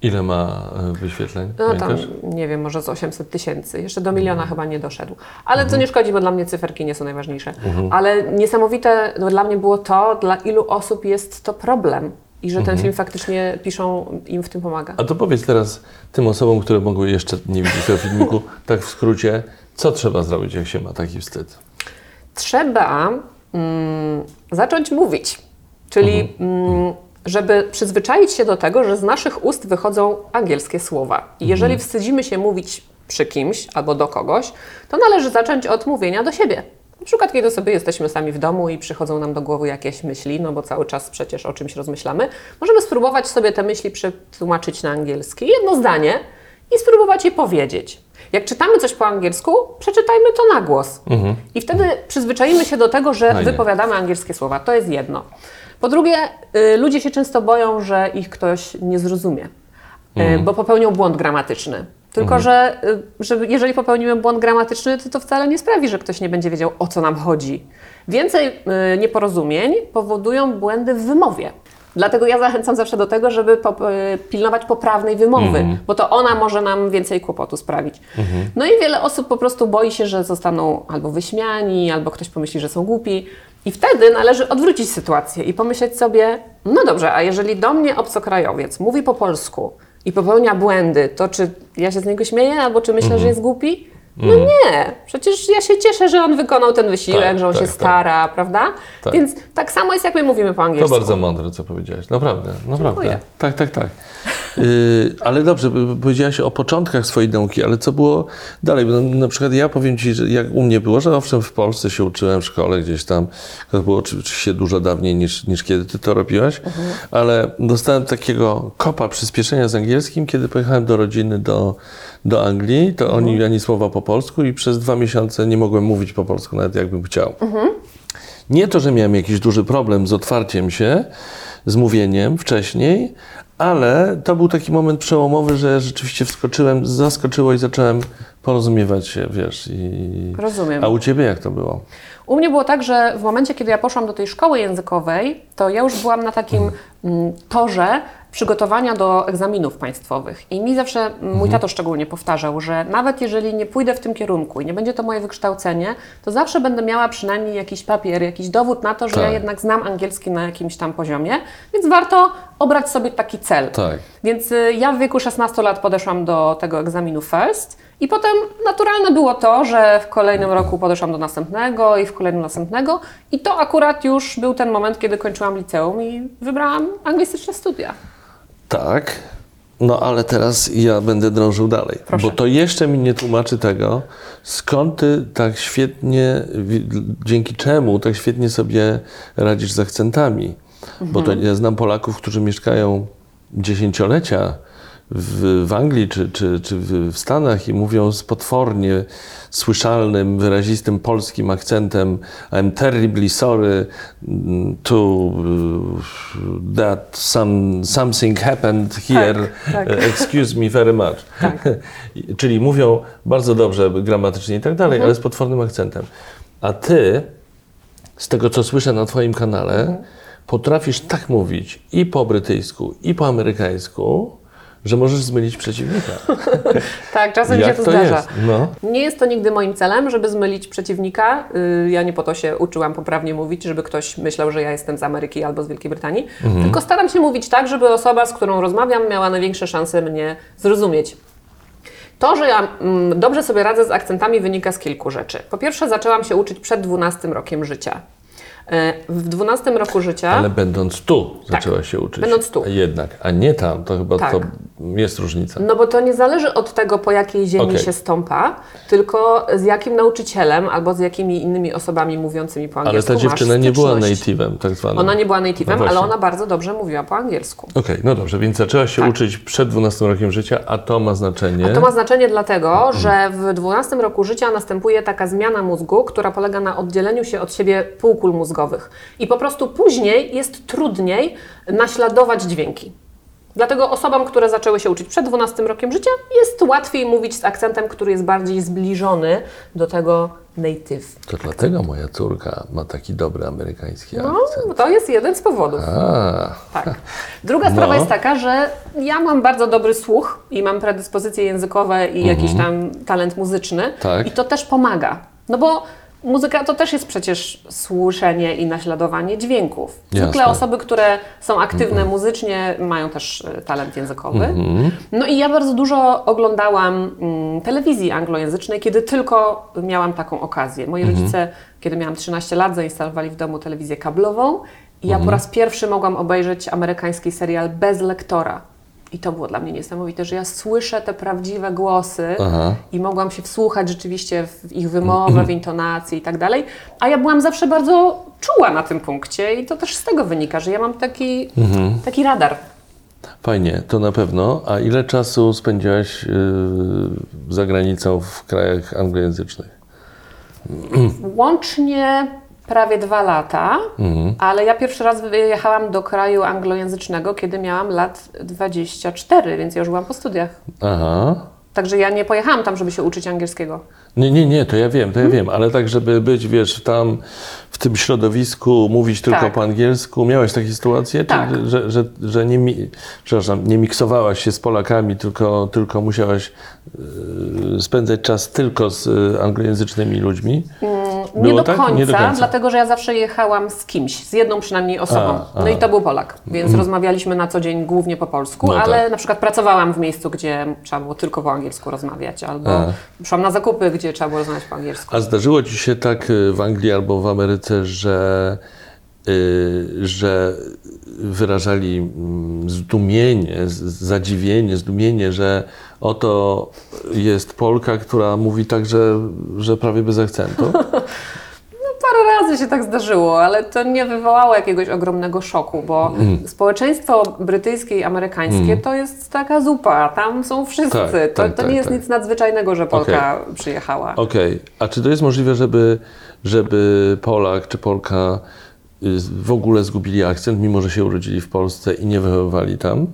Ile ma wyświetleń? No tam, nie wiem, może z 800 000. Jeszcze do 1 000 000 chyba nie doszedł. Ale to nie szkodzi, bo dla mnie cyferki nie są najważniejsze. Ale niesamowite dla mnie było to, dla ilu osób jest to problem. I że ten film faktycznie piszą, im w tym pomaga. A to powiedz teraz tym osobom, które mogły jeszcze nie widzieć tego filmiku, tak w skrócie, co trzeba zrobić, jak się ma taki wstyd? Trzeba zacząć mówić. Czyli żeby przyzwyczaić się do tego, że z naszych ust wychodzą angielskie słowa. I jeżeli wstydzimy się mówić przy kimś albo do kogoś, to należy zacząć od mówienia do siebie. Na przykład, kiedy sobie jesteśmy sami w domu i przychodzą nam do głowy jakieś myśli, no bo cały czas przecież o czymś rozmyślamy, możemy spróbować sobie te myśli przetłumaczyć na angielski, jedno zdanie i spróbować je powiedzieć. Jak czytamy coś po angielsku, przeczytajmy to na głos. I wtedy przyzwyczaimy się do tego, że wypowiadamy angielskie słowa. To jest jedno. Po drugie, ludzie się często boją, że ich ktoś nie zrozumie, bo popełnią błąd gramatyczny. Tylko, że jeżeli popełnimy błąd gramatyczny, to wcale nie sprawi, że ktoś nie będzie wiedział, o co nam chodzi. Więcej nieporozumień powodują błędy w wymowie. Dlatego ja zachęcam zawsze do tego, żeby pilnować poprawnej wymowy, bo to ona może nam więcej kłopotu sprawić. No i wiele osób po prostu boi się, że zostaną albo wyśmiani, albo ktoś pomyśli, że są głupi. I wtedy należy odwrócić sytuację i pomyśleć sobie, no dobrze, a jeżeli do mnie obcokrajowiec mówi po polsku i popełnia błędy, to czy ja się z niego śmieję, albo czy myślę, że jest głupi? No nie, przecież ja się cieszę, że on wykonał ten wysiłek, że on się stara, prawda? Tak. Więc tak samo jest, jak my mówimy po angielsku. To bardzo mądre, co powiedziałaś. Naprawdę. Dziękuję. Tak. Ale dobrze, powiedziałaś o początkach swojej nauki, ale co było dalej? Bo na przykład ja powiem Ci, że jak u mnie było, że owszem w Polsce się uczyłem w szkole gdzieś tam, to było oczywiście dużo dawniej niż kiedy Ty to robiłaś, ale dostałem takiego kopa przyspieszenia z angielskim, kiedy pojechałem do rodziny do Anglii, to oni ani słowa po polsku i przez 2 miesiące nie mogłem mówić po polsku, nawet jakbym chciał. Nie to, że miałem jakiś duży problem z otwarciem się, z mówieniem wcześniej, ale to był taki moment przełomowy, że rzeczywiście wskoczyłem, zaskoczyło i zacząłem porozumiewać się, wiesz. Rozumiem. A u Ciebie jak to było? U mnie było tak, że w momencie, kiedy ja poszłam do tej szkoły językowej, to ja już byłam na takim torze przygotowania do egzaminów państwowych. I mi zawsze mój tato szczególnie powtarzał, że nawet jeżeli nie pójdę w tym kierunku i nie będzie to moje wykształcenie, to zawsze będę miała przynajmniej jakiś papier, jakiś dowód na to, że ja jednak znam angielski na jakimś tam poziomie, więc warto obrać sobie taki cel. Tak. Więc ja w wieku 16 lat podeszłam do tego egzaminu FIRST i potem naturalne było to, że w kolejnym roku podeszłam do następnego i w kolejnym następnego i to akurat już był ten moment, kiedy kończyłam liceum i wybrałam anglistyczne studia. Tak, no ale teraz ja będę drążył dalej, Proszę. bo to jeszcze mi nie tłumaczy tego, skąd Ty tak świetnie, dzięki czemu tak świetnie sobie radzisz z akcentami. Bo to ja znam Polaków, którzy mieszkają dziesięciolecia w Anglii czy w Stanach i mówią z potwornie słyszalnym, wyrazistym polskim akcentem I'm terribly sorry to that something happened here, Tak. excuse me very much. Tak. Czyli mówią bardzo dobrze gramatycznie i tak dalej, ale z potwornym akcentem. A Ty, z tego co słyszę na Twoim kanale, potrafisz tak mówić i po brytyjsku, i po amerykańsku, że możesz zmylić przeciwnika. Tak, czasem się to zdarza. Jest? No. Nie jest to nigdy moim celem, żeby zmylić przeciwnika. Ja nie po to się uczyłam poprawnie mówić, żeby ktoś myślał, że ja jestem z Ameryki albo z Wielkiej Brytanii. Tylko staram się mówić tak, żeby osoba, z którą rozmawiam, miała największe szanse mnie zrozumieć. To, że ja dobrze sobie radzę z akcentami, wynika z kilku rzeczy. Po pierwsze, zaczęłam się uczyć przed 12 rokiem życia. W 12 roku życia... Ale będąc tu zaczęłaś się uczyć. Będąc tu. Jednak, a nie tam, to chyba to jest różnica. No bo to nie zależy od tego, po jakiej ziemi się stąpa, tylko z jakim nauczycielem albo z jakimi innymi osobami mówiącymi po angielsku. Ale ta dziewczyna nie była native'em, tak zwanym. Ona nie była native'em, ale ona bardzo dobrze mówiła po angielsku. Okej, no dobrze, więc zaczęłaś się uczyć przed 12 rokiem życia, a to ma znaczenie... A to ma znaczenie dlatego, że w 12 roku życia następuje taka zmiana mózgu, która polega na oddzieleniu się od siebie półkul mózgowych. I po prostu później jest trudniej naśladować dźwięki. Dlatego osobom, które zaczęły się uczyć przed 12 rokiem życia, jest łatwiej mówić z akcentem, który jest bardziej zbliżony do tego native. To dlatego moja córka ma taki dobry amerykański akcent. No, to jest jeden z powodów. Tak. Druga sprawa jest taka, że ja mam bardzo dobry słuch i mam predyspozycje językowe i jakiś tam talent muzyczny. Tak. I to też pomaga. No bo muzyka to też jest przecież słyszenie i naśladowanie dźwięków. Zwykle Jasne. osoby, które są aktywne muzycznie, mają też talent językowy. No i ja bardzo dużo oglądałam telewizji anglojęzycznej, kiedy tylko miałam taką okazję. Moi rodzice, kiedy miałam 13 lat, zainstalowali w domu telewizję kablową i ja po raz pierwszy mogłam obejrzeć amerykański serial bez lektora. I to było dla mnie niesamowite, że ja słyszę te prawdziwe głosy i mogłam się wsłuchać rzeczywiście w ich wymowę, w intonację i tak dalej. A ja byłam zawsze bardzo czuła na tym punkcie i to też z tego wynika, że ja mam taki radar. Fajnie, to na pewno. A ile czasu spędziłaś za granicą w krajach anglojęzycznych? Łącznie prawie 2 lata, ale ja pierwszy raz wyjechałam do kraju anglojęzycznego, kiedy miałam lat 24, więc ja już byłam po studiach. Także ja nie pojechałam tam, żeby się uczyć angielskiego. Nie, to ja wiem, ale tak, żeby być, wiesz, tam w tym środowisku, mówić tylko po angielsku. Miałaś takie sytuacje? Tak. Że nie miksowałaś się z Polakami, tylko musiałaś spędzać czas tylko z anglojęzycznymi ludźmi? Nie do końca, dlatego że ja zawsze jechałam z kimś, z jedną przynajmniej osobą. No i to był Polak, więc rozmawialiśmy na co dzień głównie po polsku, ale na przykład pracowałam w miejscu, gdzie trzeba było tylko po angielsku rozmawiać, albo szłam na zakupy, gdzie trzeba było rozmawiać po angielsku. A zdarzyło Ci się tak w Anglii albo w Ameryce, że wyrażali zdumienie, że oto jest Polka, która mówi tak, że prawie bez akcentu? Parę razy się tak zdarzyło, ale to nie wywołało jakiegoś ogromnego szoku, bo społeczeństwo brytyjskie i amerykańskie to jest taka zupa, tam są wszyscy. To nie jest nic nadzwyczajnego, że Polka przyjechała. Okej. A czy to jest możliwe, żeby Polak czy Polka w ogóle zgubili akcent, mimo że się urodzili w Polsce i nie wychowywali tam?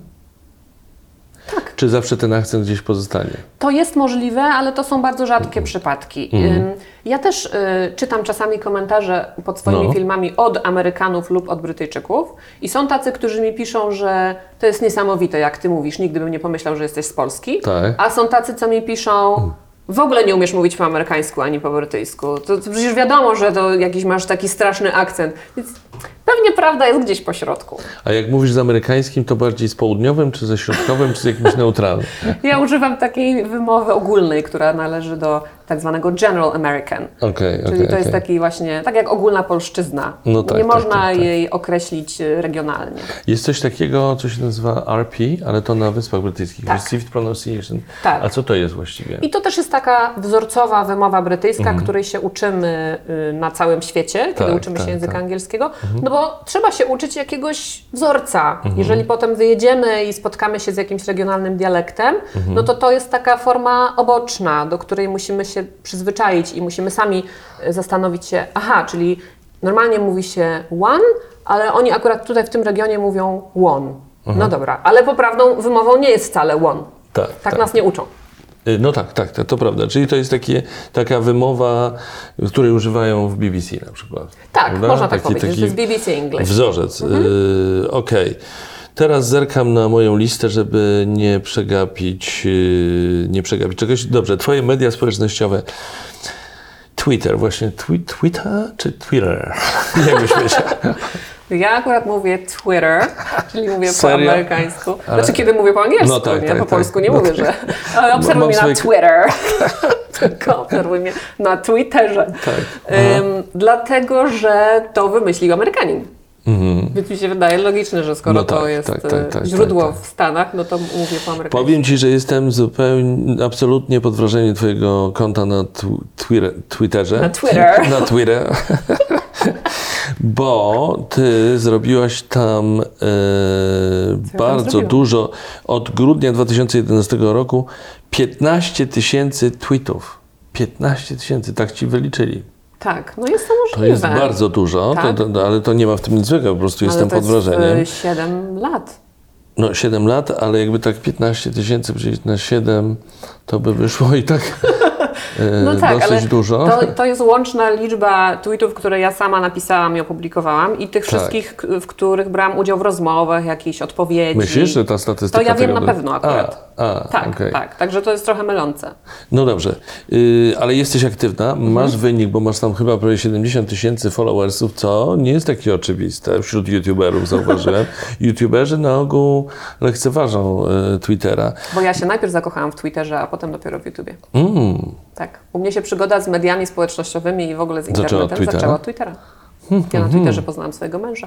Tak. Czy zawsze ten akcent gdzieś pozostanie? To jest możliwe, ale to są bardzo rzadkie przypadki. Ja też czytam czasami komentarze pod swoimi filmami od Amerykanów lub od Brytyjczyków i są tacy, którzy mi piszą, że to jest niesamowite, jak ty mówisz, nigdy bym nie pomyślał, że jesteś z Polski. Tak. A są tacy, co mi piszą, w ogóle nie umiesz mówić po amerykańsku ani po brytyjsku. To przecież wiadomo, że to jakiś masz taki straszny akcent. Więc pewnie prawda jest gdzieś po środku. A jak mówisz z amerykańskim, to bardziej z południowym, czy ze środkowym, czy z jakimś neutralnym? Ja używam takiej wymowy ogólnej, która należy do tak zwanego General American. Czyli to jest taki właśnie, tak jak ogólna polszczyzna. No tak, nie można jej określić regionalnie. Jest coś takiego, co się nazywa RP, ale to na Wyspach Brytyjskich. Received Pronunciation. Tak. A co to jest właściwie? I to też jest taka wzorcowa wymowa brytyjska, której się uczymy na całym świecie, kiedy uczymy się języka angielskiego. No bo trzeba się uczyć jakiegoś wzorca. Jeżeli potem wyjedziemy i spotkamy się z jakimś regionalnym dialektem, no to jest taka forma oboczna, do której musimy się przyzwyczaić i musimy sami zastanowić się, czyli normalnie mówi się one, ale oni akurat tutaj w tym regionie mówią one. No dobra, ale poprawną wymową nie jest wcale one. Tak nas nie uczą. No tak, to prawda. Czyli to jest taka wymowa, której używają w BBC na przykład. Tak, prawda? można tak powiedzieć, że to jest BBC English. Wzorzec. Okej. Teraz zerkam na moją listę, żeby nie przegapić czegoś. Dobrze, twoje media społecznościowe. Twitter, właśnie. Twitter czy Twitter? Jak byś myślał? Ja akurat mówię Twitter, czyli mówię po amerykańsku. Znaczy, kiedy mówię po angielsku, po polsku nie mówię, że obserwuj mnie na Twitter. Tylko obserwuj mnie na Twitterze. Dlatego, że to wymyślił Amerykanin. Więc mi się wydaje logiczne, że skoro to jest źródło w Stanach, no to mówię po amerykańsku. Powiem Ci, że jestem absolutnie pod wrażeniem Twojego konta na Twitterze. Na Twitter. Bo Ty zrobiłaś tam bardzo dużo. Od grudnia 2011 roku 15 000 tweetów. 15 000, tak Ci wyliczyli. Tak, no jest to możliwe. To jest bardzo dużo, ale to nie ma w tym nic złego, po prostu jestem pod wrażeniem. 7 lat. No 7 lat, ale jakby tak 15 tysięcy podzielić na 7, to by wyszło i tak No tak, dosyć ale dużo. To jest łączna liczba tweetów, które ja sama napisałam i opublikowałam i tych wszystkich, w których brałam udział w rozmowach, jakichś odpowiedzi. Myślisz, że ta statystyka... To ja wiem tego na pewno akurat. Tak, okay. tak. Także to jest trochę mylące. No dobrze, ale jesteś aktywna, masz wynik, bo masz tam chyba prawie 70 tysięcy followersów, co nie jest takie oczywiste wśród youtuberów, zauważyłem. YouTuberzy na ogół lekceważą Twittera. Bo ja się najpierw zakochałam w Twitterze, a potem dopiero w YouTubie. Tak. U mnie się przygoda z mediami społecznościowymi i w ogóle z internetem zaczęła od Twittera. Ja na Twitterze poznałam swojego męża.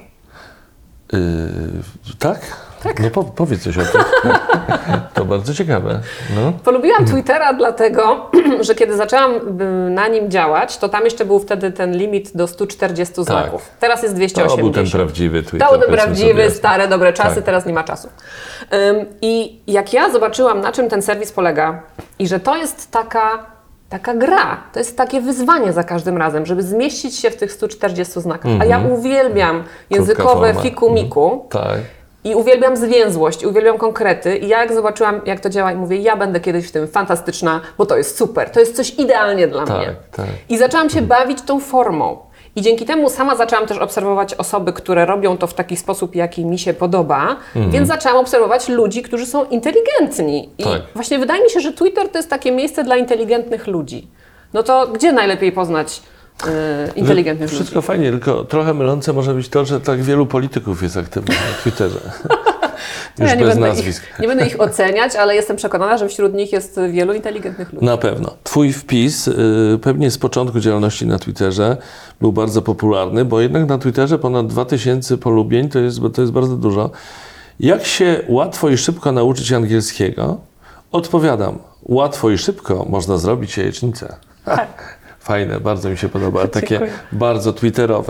Tak? Tak. No powiedz coś o tym. To bardzo ciekawe. No. Polubiłam Twittera dlatego, że kiedy zaczęłam na nim działać, to tam jeszcze był wtedy ten limit do 140 znaków. Teraz jest 280. To był ten prawdziwy Twitter. To był ten prawdziwy, stare, dobre czasy, teraz nie ma czasu. I jak ja zobaczyłam, na czym ten serwis polega i że to jest taka gra, to jest takie wyzwanie za każdym razem, żeby zmieścić się w tych 140 znakach. A ja uwielbiam językowe fiku-miku. Tak. I uwielbiam zwięzłość, i uwielbiam konkrety. I ja jak zobaczyłam, jak to działa i mówię, ja będę kiedyś w tym fantastyczna, bo to jest super, to jest coś idealnie dla mnie. Tak. I zaczęłam się bawić tą formą. I dzięki temu sama zaczęłam też obserwować osoby, które robią to w taki sposób, jaki mi się podoba, więc zaczęłam obserwować ludzi, którzy są inteligentni. I właśnie wydaje mi się, że Twitter to jest takie miejsce dla inteligentnych ludzi. No to gdzie najlepiej poznać inteligentnych ludzi? Wszystko fajnie, tylko trochę mylące może być to, że tak wielu polityków jest aktywnych na Twitterze. Już ja bez nazwisk. Nie będę ich oceniać, ale jestem przekonana, że wśród nich jest wielu inteligentnych ludzi. Na pewno. Twój wpis pewnie z początku działalności na Twitterze był bardzo popularny, bo jednak na Twitterze ponad 2000 polubień to jest bardzo dużo. Jak się łatwo i szybko nauczyć angielskiego? Odpowiadam, łatwo i szybko można zrobić jajecznicę. Tak. Fajne, bardzo mi się podoba. Takie Dziękuję. bardzo twitterowe.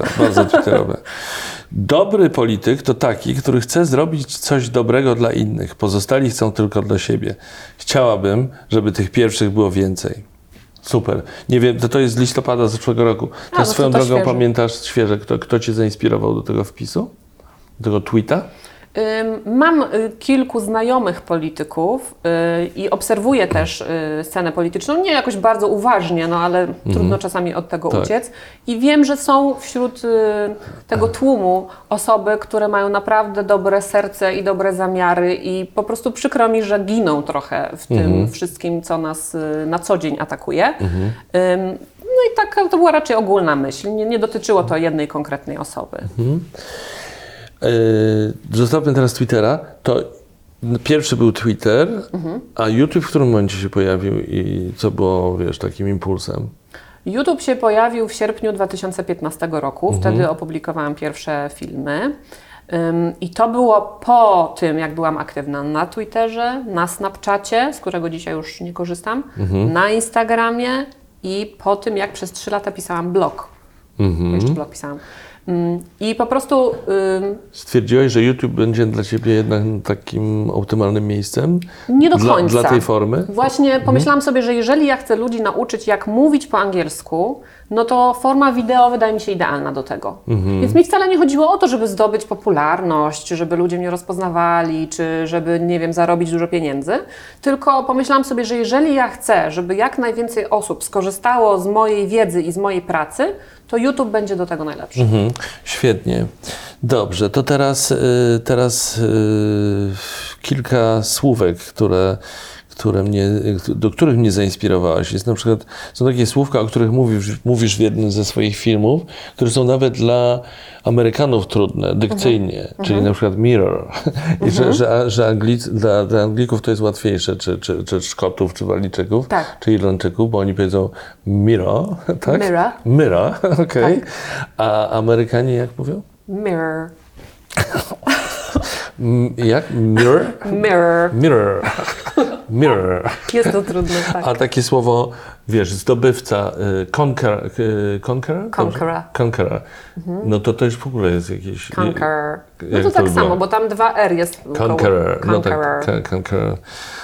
Dobry polityk to taki, który chce zrobić coś dobrego dla innych. Pozostali chcą tylko dla siebie. Chciałabym, żeby tych pierwszych było więcej. Super. Nie wiem, to jest z listopada zeszłego roku. To swoją drogą świeże. pamiętasz świeże, kto cię zainspirował do tego wpisu? Do tego tweeta? Mam kilku znajomych polityków i obserwuję też scenę polityczną, nie jakoś bardzo uważnie, no ale trudno czasami od tego uciec. I wiem, że są wśród tego tłumu osoby, które mają naprawdę dobre serce i dobre zamiary i po prostu przykro mi, że giną trochę w tym wszystkim, co nas na co dzień atakuje. No i taka to była raczej ogólna myśl, nie dotyczyło to jednej konkretnej osoby. Zostawmy teraz Twittera. To pierwszy był Twitter, a YouTube w którym momencie się pojawił i co było, takim impulsem? YouTube się pojawił w sierpniu 2015 roku. Wtedy opublikowałam pierwsze filmy. I to było po tym, jak byłam aktywna na Twitterze, na Snapchacie, z którego dzisiaj już nie korzystam, na Instagramie i po tym, jak przez 3 lata pisałam blog. Jeszcze blog pisałam. I po prostu... Stwierdziłeś, że YouTube będzie dla Ciebie jednak takim optymalnym miejscem? Nie do końca. Dla tej formy? Właśnie pomyślałam sobie, że jeżeli ja chcę ludzi nauczyć, jak mówić po angielsku, no to forma wideo wydaje mi się idealna do tego. Więc mi wcale nie chodziło o to, żeby zdobyć popularność, żeby ludzie mnie rozpoznawali, czy żeby, nie wiem, zarobić dużo pieniędzy, tylko pomyślałam sobie, że jeżeli ja chcę, żeby jak najwięcej osób skorzystało z mojej wiedzy i z mojej pracy, to YouTube będzie do tego najlepszy. Świetnie. Dobrze, to teraz kilka słówek, do których mnie zainspirowałaś. Jest na przykład, są takie słówka, o których mówisz w jednym ze swoich filmów, które są nawet dla Amerykanów trudne, dykcyjnie, czyli na przykład mirror. I że dla Anglików to jest łatwiejsze, czy Szkotów, czy Walijczyków, czy Irlandczyków, bo oni powiedzą mirror, tak? Mirror, okej. Tak. A Amerykanie jak mówią? Mirror. Jak? Mirror? Mirror. Mirror. Jest to trudne, tak. A takie słowo, zdobywca, conqueror. No to już w ogóle jest jakieś... Conqueror. No to tak samo, bo tam 2 R jest. Conqueror. Conqueror. Conqueror.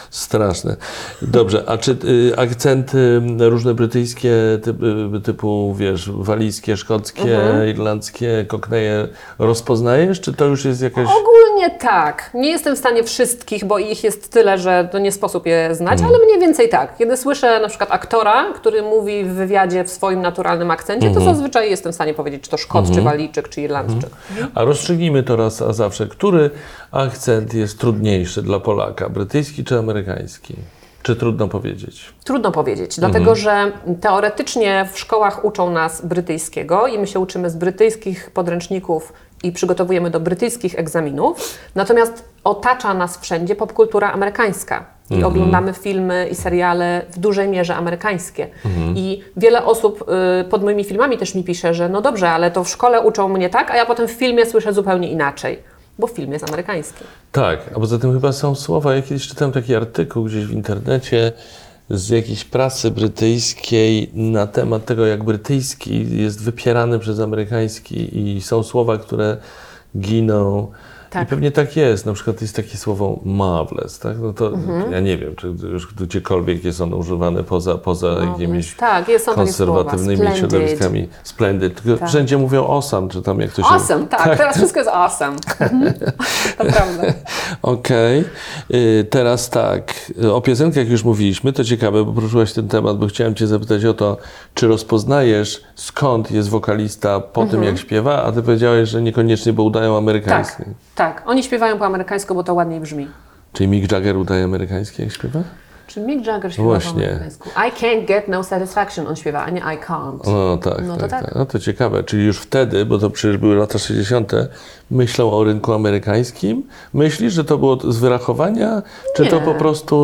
Straszne. Dobrze, a czy akcenty różne brytyjskie, typu, wiesz, walijskie, szkockie, irlandzkie, cockneje rozpoznajesz, czy to już jest jakaś... Ogólnie tak. Nie jestem w stanie wszystkich, bo ich jest tyle, że to nie sposób je znać, ale mniej więcej tak. Kiedy słyszę na przykład aktora, który mówi w wywiadzie w swoim naturalnym akcencie, to zazwyczaj jestem w stanie powiedzieć, czy to Szkot, czy Walijczyk, czy Irlandczyk. A rozstrzygnijmy to raz a zawsze. Który akcent jest trudniejszy dla Polaka? Brytyjski czy amerykański? Czy trudno powiedzieć? Trudno powiedzieć, dlatego że teoretycznie w szkołach uczą nas brytyjskiego i my się uczymy z brytyjskich podręczników i przygotowujemy do brytyjskich egzaminów, natomiast otacza nas wszędzie popkultura amerykańska. I oglądamy filmy i seriale w dużej mierze amerykańskie. I wiele osób pod moimi filmami też mi pisze, że no dobrze, ale to w szkole uczą mnie tak, a ja potem w filmie słyszę zupełnie inaczej, bo film jest amerykański. Tak, a poza tym chyba są słowa, ja kiedyś czytałem taki artykuł gdzieś w internecie z jakiejś prasy brytyjskiej na temat tego, jak brytyjski jest wypierany przez amerykański i są słowa, które giną. Tak. I pewnie tak jest. Na przykład jest takie słowo marvelous, tak? No to ja nie wiem, czy już gdziekolwiek jest ono używane poza jakimiś konserwatywnymi środowiskami. Splendid. Tylko wszędzie mówią awesome, czy tam jak to się... Awesome, tak. Teraz wszystko jest awesome. To prawda. Okej. Teraz tak. O piosenkach już mówiliśmy. To ciekawe, bo poruszyłaś ten temat, bo chciałem Cię zapytać o to, czy rozpoznajesz, skąd jest wokalista po tym, jak śpiewa, a Ty powiedziałeś, że niekoniecznie, bo udają amerykański. Tak, oni śpiewają po amerykańsku, bo to ładniej brzmi. Czyli Mick Jagger udaje amerykański, jak śpiewa? Czy Mick Jagger śpiewa po amerykańsku? I can't get no satisfaction, on śpiewa, a nie I can't. No tak, tak. No to ciekawe. Czyli już wtedy, bo to przecież były lata 60., myślą o rynku amerykańskim. Myślisz, że to było z wyrachowania, czy to po prostu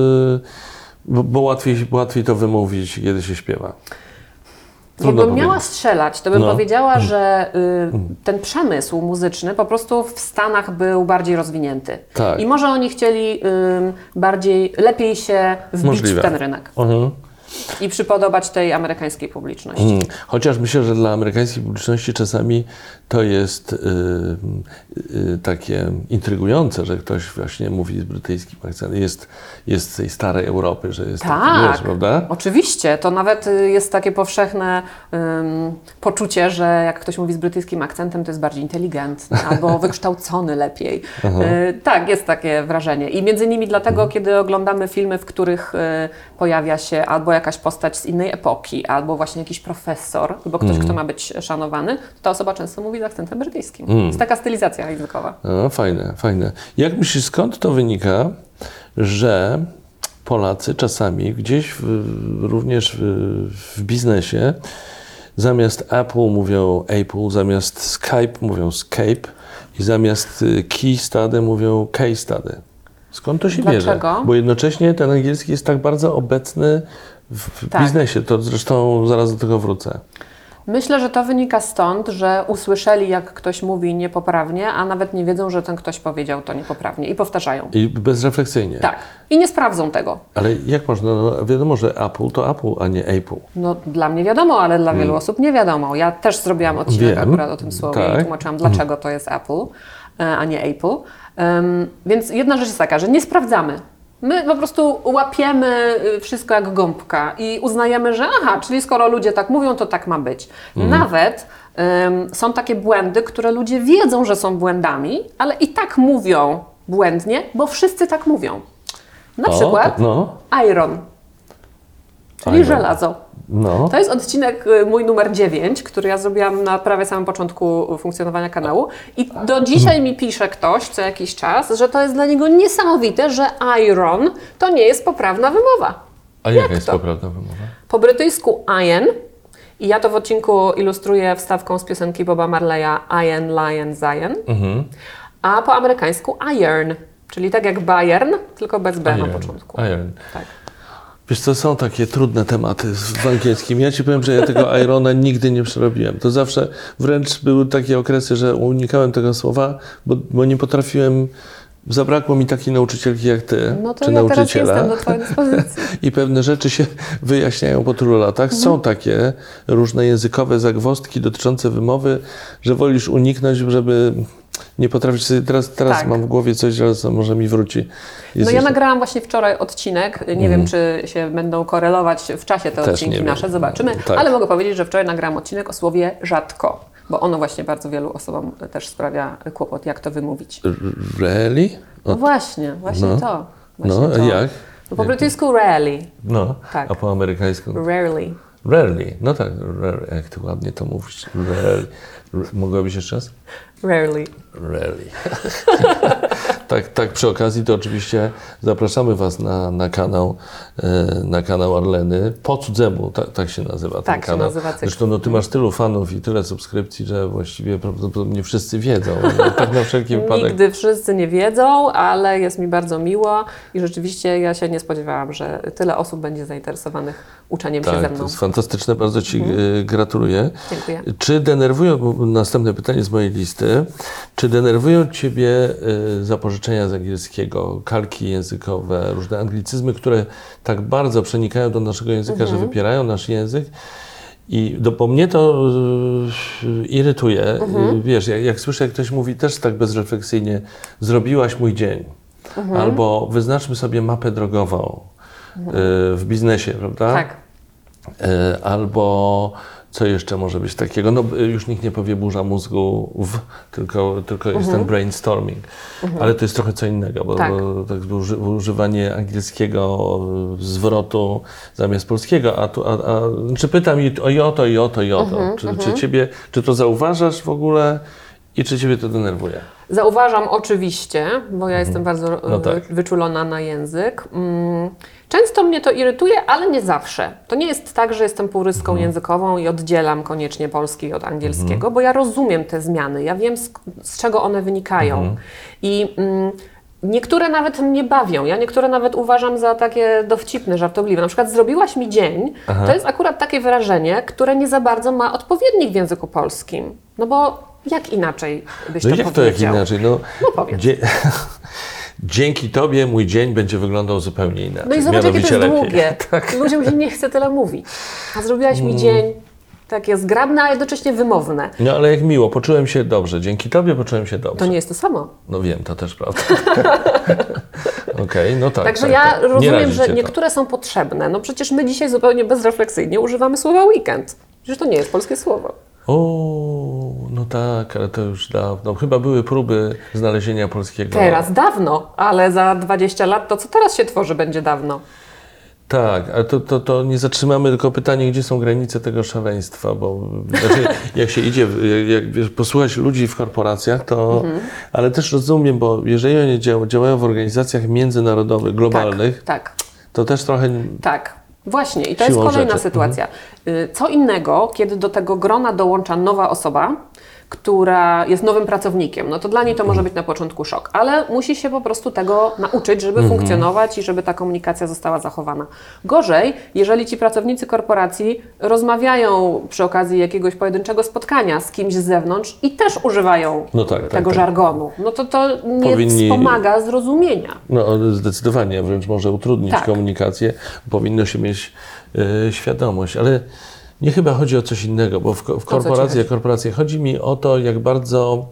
bo łatwiej to wymówić, kiedy się śpiewa? Jakbym miała strzelać, to bym powiedziała, że ten przemysł muzyczny po prostu w Stanach był bardziej rozwinięty. Tak. I może oni chcieli lepiej się wbić w ten rynek. I przypodobać tej amerykańskiej publiczności. Chociaż myślę, że dla amerykańskiej publiczności czasami to jest takie intrygujące, że ktoś właśnie mówi z brytyjskim akcentem, jest z tej starej Europy, że jest taki, wiesz, prawda? Oczywiście. To nawet jest takie powszechne poczucie, że jak ktoś mówi z brytyjskim akcentem, to jest bardziej inteligentny albo wykształcony lepiej. Tak, jest takie wrażenie. I między innymi dlatego, kiedy oglądamy filmy, w których pojawia się albo jakaś postać z innej epoki, albo właśnie jakiś profesor, albo ktoś, kto ma być szanowany, ta osoba często mówi z akcentem brytyjskim. Jest taka stylizacja językowa. No, fajne, fajne. Jak myślisz, skąd to wynika, że Polacy czasami gdzieś również w biznesie zamiast Apple mówią Apple, zamiast Skype mówią Skype i zamiast key study mówią case study? Skąd to się bierze? Bo jednocześnie ten angielski jest tak bardzo obecny w biznesie. To zresztą zaraz do tego wrócę. Myślę, że to wynika stąd, że usłyszeli, jak ktoś mówi niepoprawnie, a nawet nie wiedzą, że ten ktoś powiedział to niepoprawnie i powtarzają. I bezrefleksyjnie. Tak. I nie sprawdzą tego. Ale jak można? No, wiadomo, że Apple to Apple, a nie Apple. No dla mnie wiadomo, ale dla wielu osób nie wiadomo. Ja też zrobiłam odcinek akurat o tym słowie i tłumaczyłam, dlaczego to jest Apple, a nie Apple. Więc jedna rzecz jest taka, że nie sprawdzamy. My po prostu łapiemy wszystko jak gąbka i uznajemy, że czyli skoro ludzie tak mówią, to tak ma być. Nawet są takie błędy, które ludzie wiedzą, że są błędami, ale i tak mówią błędnie, bo wszyscy tak mówią. Na przykład iron, czyli żelazo. No. To jest odcinek mój numer 9, który ja zrobiłam na prawie samym początku funkcjonowania kanału i do dzisiaj mi pisze ktoś co jakiś czas, że to jest dla niego niesamowite, że iron to nie jest poprawna wymowa. A jaka jest poprawna wymowa? Po brytyjsku iron, i ja to w odcinku ilustruję wstawką z piosenki Boba Marleya Iron, Lion, Zion, a po amerykańsku iron, czyli tak jak Bayern, tylko bez B na początku. Iron. Tak. Wiesz co, są takie trudne tematy w angielskim. Ja Ci powiem, że ja tego irona nigdy nie przerobiłem. To zawsze wręcz były takie okresy, że unikałem tego słowa, bo nie potrafiłem, zabrakło mi takiej nauczycielki jak Ty, no to czy ja nauczyciela. Teraz jestem do Twojej dyspozycji. I pewne rzeczy się wyjaśniają po tylu latach. Są takie różne językowe zagwozdki dotyczące wymowy, że wolisz uniknąć, żeby nie potrafisz sobie, teraz Tak. mam w głowie coś, że może mi wróci. No ja nagrałam właśnie wczoraj odcinek, nie wiem, czy się będą korelować w czasie te Też odcinki nie nasze, wiem. zobaczymy, Tak. ale mogę powiedzieć, że wczoraj nagrałam odcinek o słowie rzadko, bo ono właśnie bardzo wielu osobom też sprawia kłopot, jak to wymówić. Really? No właśnie no. to. No, Właśnie a to. jak? No po brytyjsku rarely. No, Tak. a po amerykańsku? Rarely. Rarely. No tak, rarely. Jak ty ładnie to mówisz. Rarely. Mogłabyś jeszcze raz? Rarely. Rarely. tak, przy okazji to oczywiście zapraszamy Was na kanał Arleny. Po cudzemu, tak się nazywa ten Tak się kanał. nazywa cykl. Zresztą no, Ty masz tylu fanów i tyle subskrypcji, że właściwie prawdopodobnie wszyscy wiedzą. No, tak na wszelki wypadek. Nigdy wszyscy nie wiedzą, ale jest mi bardzo miło i rzeczywiście ja się nie spodziewałam, że tyle osób będzie zainteresowanych uczeniem się ze Tak, mną. to jest fantastyczne, bardzo Ci gratuluję. Dziękuję. Czy denerwują, następne pytanie z mojej listy, czy denerwują Ciebie zapożyczenia z angielskiego, kalki językowe, różne anglicyzmy, które tak bardzo przenikają do naszego języka, że wypierają nasz język? Bo mnie to irytuje. Wiesz, jak słyszę, jak ktoś mówi też tak bezrefleksyjnie, zrobiłaś mój dzień, albo wyznaczmy sobie mapę drogową w biznesie, prawda? Tak. Albo co jeszcze może być takiego? No już nikt nie powie burza mózgu, tylko jest ten brainstorming. Ale to jest trochę co innego, bo Tak. tak używanie angielskiego zwrotu zamiast polskiego. Czy pytam i o to. Czy to zauważasz w ogóle i czy Ciebie to denerwuje? Zauważam oczywiście, bo ja jestem bardzo No tak. wyczulona na język. Często mnie to irytuje, ale nie zawsze. To nie jest tak, że jestem purystką językową i oddzielam koniecznie polski od angielskiego, bo ja rozumiem te zmiany, ja wiem z czego one wynikają. I niektóre nawet mnie bawią, ja niektóre nawet uważam za takie dowcipne, żartobliwe. Na przykład zrobiłaś mi dzień, to jest akurat takie wyrażenie, które nie za bardzo ma odpowiednik w języku polskim. No bo jak inaczej byś No to jak powiedział? to jak inaczej? No powiedz. Dzięki Tobie mój dzień będzie wyglądał zupełnie inaczej. No i zobacz, jakie to jest Mianowicie długie. lepiej. Tak. Ludziom się nie chce tyle mówić. A zrobiłaś mi dzień takie zgrabne, a jednocześnie wymowne. No ale jak miło, poczułem się dobrze. Dzięki Tobie poczułem się dobrze. To nie jest to samo. No wiem, to też prawda. Okej, no tak. Także tak, ja tak. Nie rozumiem, razi że cię niektóre są potrzebne. No przecież my dzisiaj zupełnie bezrefleksyjnie używamy słowa weekend. Przecież to nie jest polskie słowo. O, no tak, ale to już dawno. Chyba były próby znalezienia polskiego. Teraz dawno, ale za 20 lat to co teraz się tworzy będzie dawno. Tak, ale to nie zatrzymamy, tylko pytanie, gdzie są granice tego szaleństwa, bo znaczy, jak się idzie, jak wiesz, posłuchać ludzi w korporacjach, to, ale też rozumiem, bo jeżeli oni działają w organizacjach międzynarodowych, globalnych, Tak. to też trochę... Tak. Właśnie, i to jest Siłą kolejna rzeczy. sytuacja. Co innego, kiedy do tego grona dołącza nowa osoba, która jest nowym pracownikiem, no to dla niej to może być na początku szok, ale musi się po prostu tego nauczyć, żeby funkcjonować i żeby ta komunikacja została zachowana. Gorzej, jeżeli ci pracownicy korporacji rozmawiają przy okazji jakiegoś pojedynczego spotkania z kimś z zewnątrz i też używają tego żargonu, no to nie wspomaga zrozumienia. No zdecydowanie, wręcz może utrudnić komunikację, powinno się mieć świadomość, ale nie chyba chodzi o coś innego, bo w korporacje chodzi mi o to, jak bardzo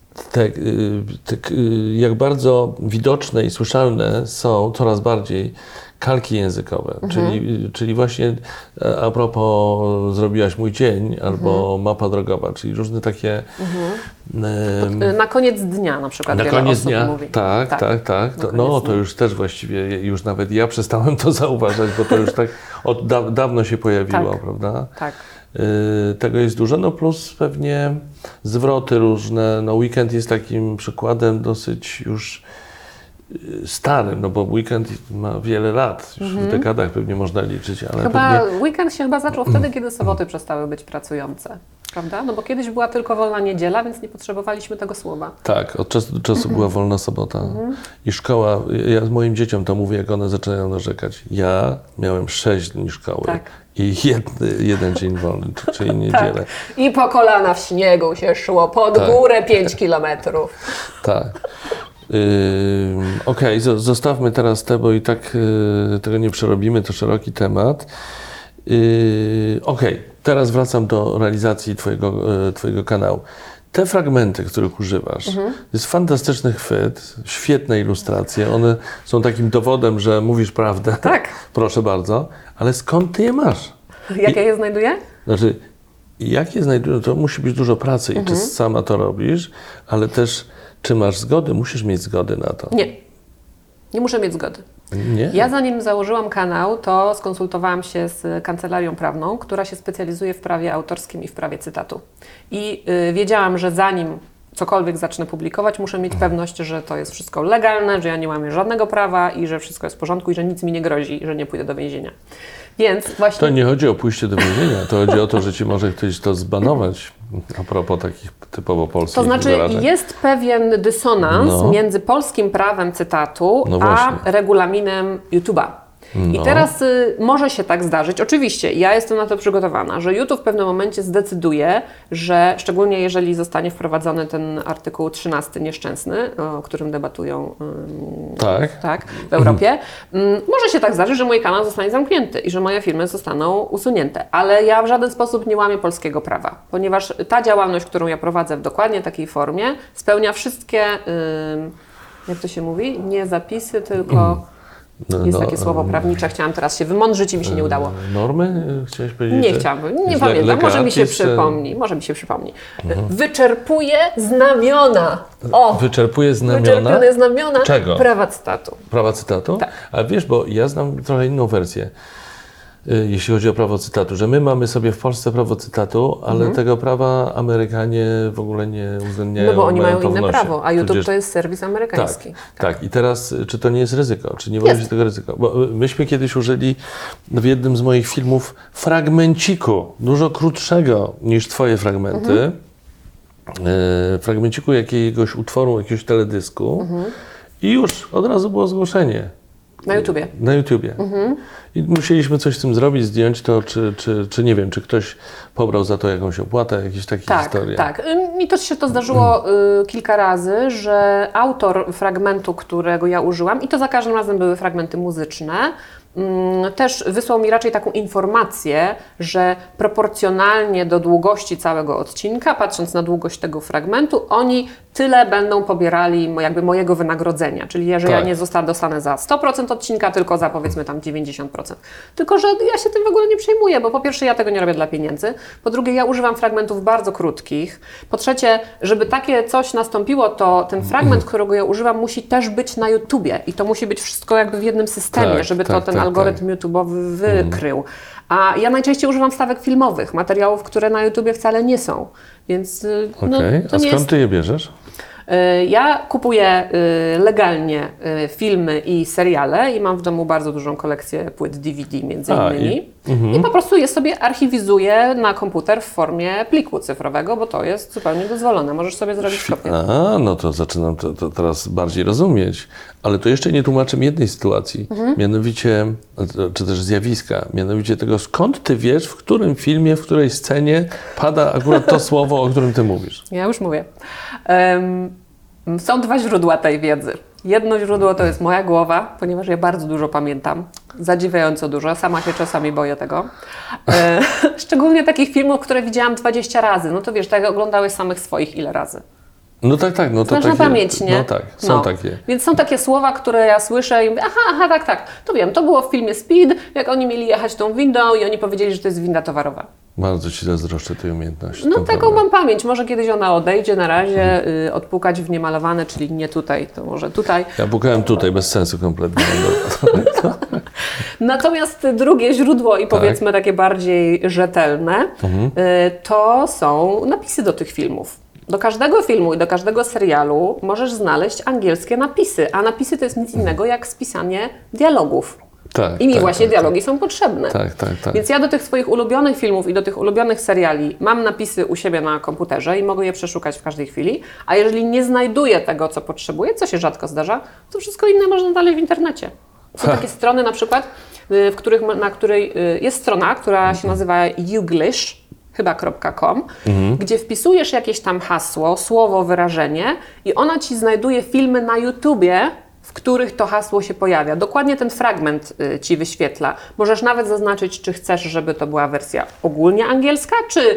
jak bardzo widoczne i słyszalne są coraz bardziej kalki językowe, czyli właśnie a propos zrobiłaś mój dzień albo mapa drogowa, czyli różne takie... Na koniec dnia na przykład na wiele koniec osób dnia, mówi. tak. To już też właściwie, już nawet ja przestałem to zauważać, bo to już tak od dawno się pojawiło, prawda? Tak. Tego jest dużo, no plus pewnie zwroty różne, no weekend jest takim przykładem dosyć już starym, no bo weekend ma wiele lat, już w dekadach pewnie można liczyć, ale Weekend się chyba zaczął wtedy, kiedy soboty przestały być pracujące, prawda? No bo kiedyś była tylko wolna niedziela, więc nie potrzebowaliśmy tego słowa. Tak, od czasu do czasu była wolna sobota i szkoła, ja z moim dzieciom to mówię, jak one zaczynają narzekać, ja miałem 6 dni szkoły i jeden dzień wolny, czyli niedzielę. Tak. I po kolana w śniegu się szło, pod górę 5 kilometrów. Tak. Okej, zostawmy teraz bo i tak tego nie przerobimy, to szeroki temat. Okej, teraz wracam do realizacji Twojego kanału. te fragmenty, których używasz, jest fantastyczny chwyt, świetne ilustracje, one są takim dowodem, że mówisz prawdę. Tak. Proszę bardzo, ale skąd ty je masz? Jak ja je znajduję? Znaczy, jak je znajduję, to musi być dużo pracy i ty sama to robisz, ale też, czy masz zgody? Musisz mieć zgody na to. Nie. Nie muszę mieć zgody. Nie? Ja zanim założyłam kanał, to skonsultowałam się z kancelarią prawną, która się specjalizuje w prawie autorskim i w prawie cytatu. I wiedziałam, że zanim cokolwiek zacznę publikować, muszę mieć pewność, że to jest wszystko legalne, że ja nie łamię żadnego prawa i że wszystko jest w porządku i że nic mi nie grozi i że nie pójdę do więzienia. Więc właśnie... To nie chodzi o pójście do więzienia, to chodzi o to, że ci może ktoś to zbanować, a propos takich typowo polskich To znaczy wyrażeń. jest pewien dysonans między polskim prawem cytatu a regulaminem YouTube'a. I teraz może się tak zdarzyć, oczywiście, ja jestem na to przygotowana, że YouTube w pewnym momencie zdecyduje, że szczególnie jeżeli zostanie wprowadzony ten artykuł 13 nieszczęsny, o którym debatują tak, w Europie, może się tak zdarzyć, że mój kanał zostanie zamknięty i że moje filmy zostaną usunięte. Ale ja w żaden sposób nie łamię polskiego prawa, ponieważ ta działalność, którą ja prowadzę w dokładnie takiej formie, spełnia wszystkie, jak to się mówi, nie zapisy, tylko... Jest takie słowo prawnicze, chciałam teraz się wymądrzyć i mi się nie udało. Normy? Chciałeś powiedzieć? Nie chciałabym, nie pamiętam, może mi się przypomni. Wyczerpuje znamiona. Wyczerpuje znamiona? Wyczerpuje znamiona czego? Prawa cytatu. Prawa cytatu? Tak. A wiesz, bo ja znam trochę inną wersję, jeśli chodzi o prawo cytatu, że my mamy sobie w Polsce prawo cytatu, ale tego prawa Amerykanie w ogóle nie uwzględniają. No bo oni mają inne wnosie. prawo, a YouTube Przecież... to jest serwis amerykański. Tak. I teraz, czy to nie jest ryzyko? Czy nie wchodzi tego ryzyko? Bo myśmy kiedyś użyli w jednym z moich filmów fragmenciku, dużo krótszego niż twoje fragmenty, fragmenciku jakiegoś utworu, jakiegoś teledysku i już od razu było zgłoszenie. Na YouTubie. Na YouTubie. I musieliśmy coś z tym zrobić, zdjąć to, czy nie wiem, czy ktoś pobrał za to jakąś opłatę, jakieś takie historie. Tak. Mi to się zdarzyło kilka razy, że autor fragmentu, którego ja użyłam, i to za każdym razem były fragmenty muzyczne, też wysłał mi raczej taką informację, że proporcjonalnie do długości całego odcinka, patrząc na długość tego fragmentu, oni tyle będą pobierali jakby mojego wynagrodzenia. Czyli że ja nie dostanę za 100% odcinka, tylko za powiedzmy tam 90%. Tylko że ja się tym w ogóle nie przejmuję, bo po pierwsze ja tego nie robię dla pieniędzy, po drugie ja używam fragmentów bardzo krótkich, po trzecie, żeby takie coś nastąpiło, to ten fragment, którego ja używam, musi też być na YouTubie i to musi być wszystko jakby w jednym systemie, żeby ten algorytm YouTube'owy wykrył. A ja najczęściej używam wstawek filmowych, materiałów, które na YouTubie wcale nie są. Więc A skąd ty je bierzesz? Ja kupuję legalnie filmy i seriale i mam w domu bardzo dużą kolekcję płyt DVD między innymi. I po prostu je sobie archiwizuję na komputer w formie pliku cyfrowego, bo to jest zupełnie dozwolone. Możesz sobie zrobić kopię. No to zaczynam to teraz bardziej rozumieć. Ale to jeszcze nie tłumaczę jednej sytuacji, mianowicie, czy też zjawiska, mianowicie tego, skąd ty wiesz, w którym filmie, w której scenie pada akurat to słowo, o którym ty mówisz. Ja już mówię. Są dwa źródła tej wiedzy. Jedno źródło to jest moja głowa, ponieważ ja bardzo dużo pamiętam. Zadziwiająco dużo. Sama się czasami boję tego. Szczególnie takich filmów, które widziałam 20 razy. No to wiesz, tak oglądałeś samych swoich ile razy? No tak. No to znasz takie, na pamięć, nie? No tak, są takie. Więc są takie słowa, które ja słyszę i mówię, aha, tak. To wiem, to było w filmie Speed, jak oni mieli jechać tą windą i oni powiedzieli, że to jest winda towarowa. Bardzo ci zazdroszczę tej umiejętności. No taką mam pamięć. Może kiedyś ona odejdzie na razie, odpukać w niemalowane, czyli nie tutaj, to może tutaj. Ja pukałem tutaj, bez sensu kompletnie. Natomiast drugie źródło i powiedzmy takie bardziej rzetelne, to są napisy do tych filmów. Do każdego filmu i do każdego serialu możesz znaleźć angielskie napisy, a napisy to jest nic innego jak spisanie dialogów. I mi właśnie dialogi są potrzebne. Tak. Więc ja do tych swoich ulubionych filmów i do tych ulubionych seriali mam napisy u siebie na komputerze i mogę je przeszukać w każdej chwili, a jeżeli nie znajduję tego, co potrzebuję, co się rzadko zdarza, to wszystko inne można dalej w internecie. Są takie strony na przykład, na której jest strona, która się nazywa Youglish, chyba.com, gdzie wpisujesz jakieś tam hasło, słowo, wyrażenie i ona ci znajduje filmy na YouTubie, w których to hasło się pojawia. Dokładnie ten fragment ci wyświetla. Możesz nawet zaznaczyć, czy chcesz, żeby to była wersja ogólnie angielska, czy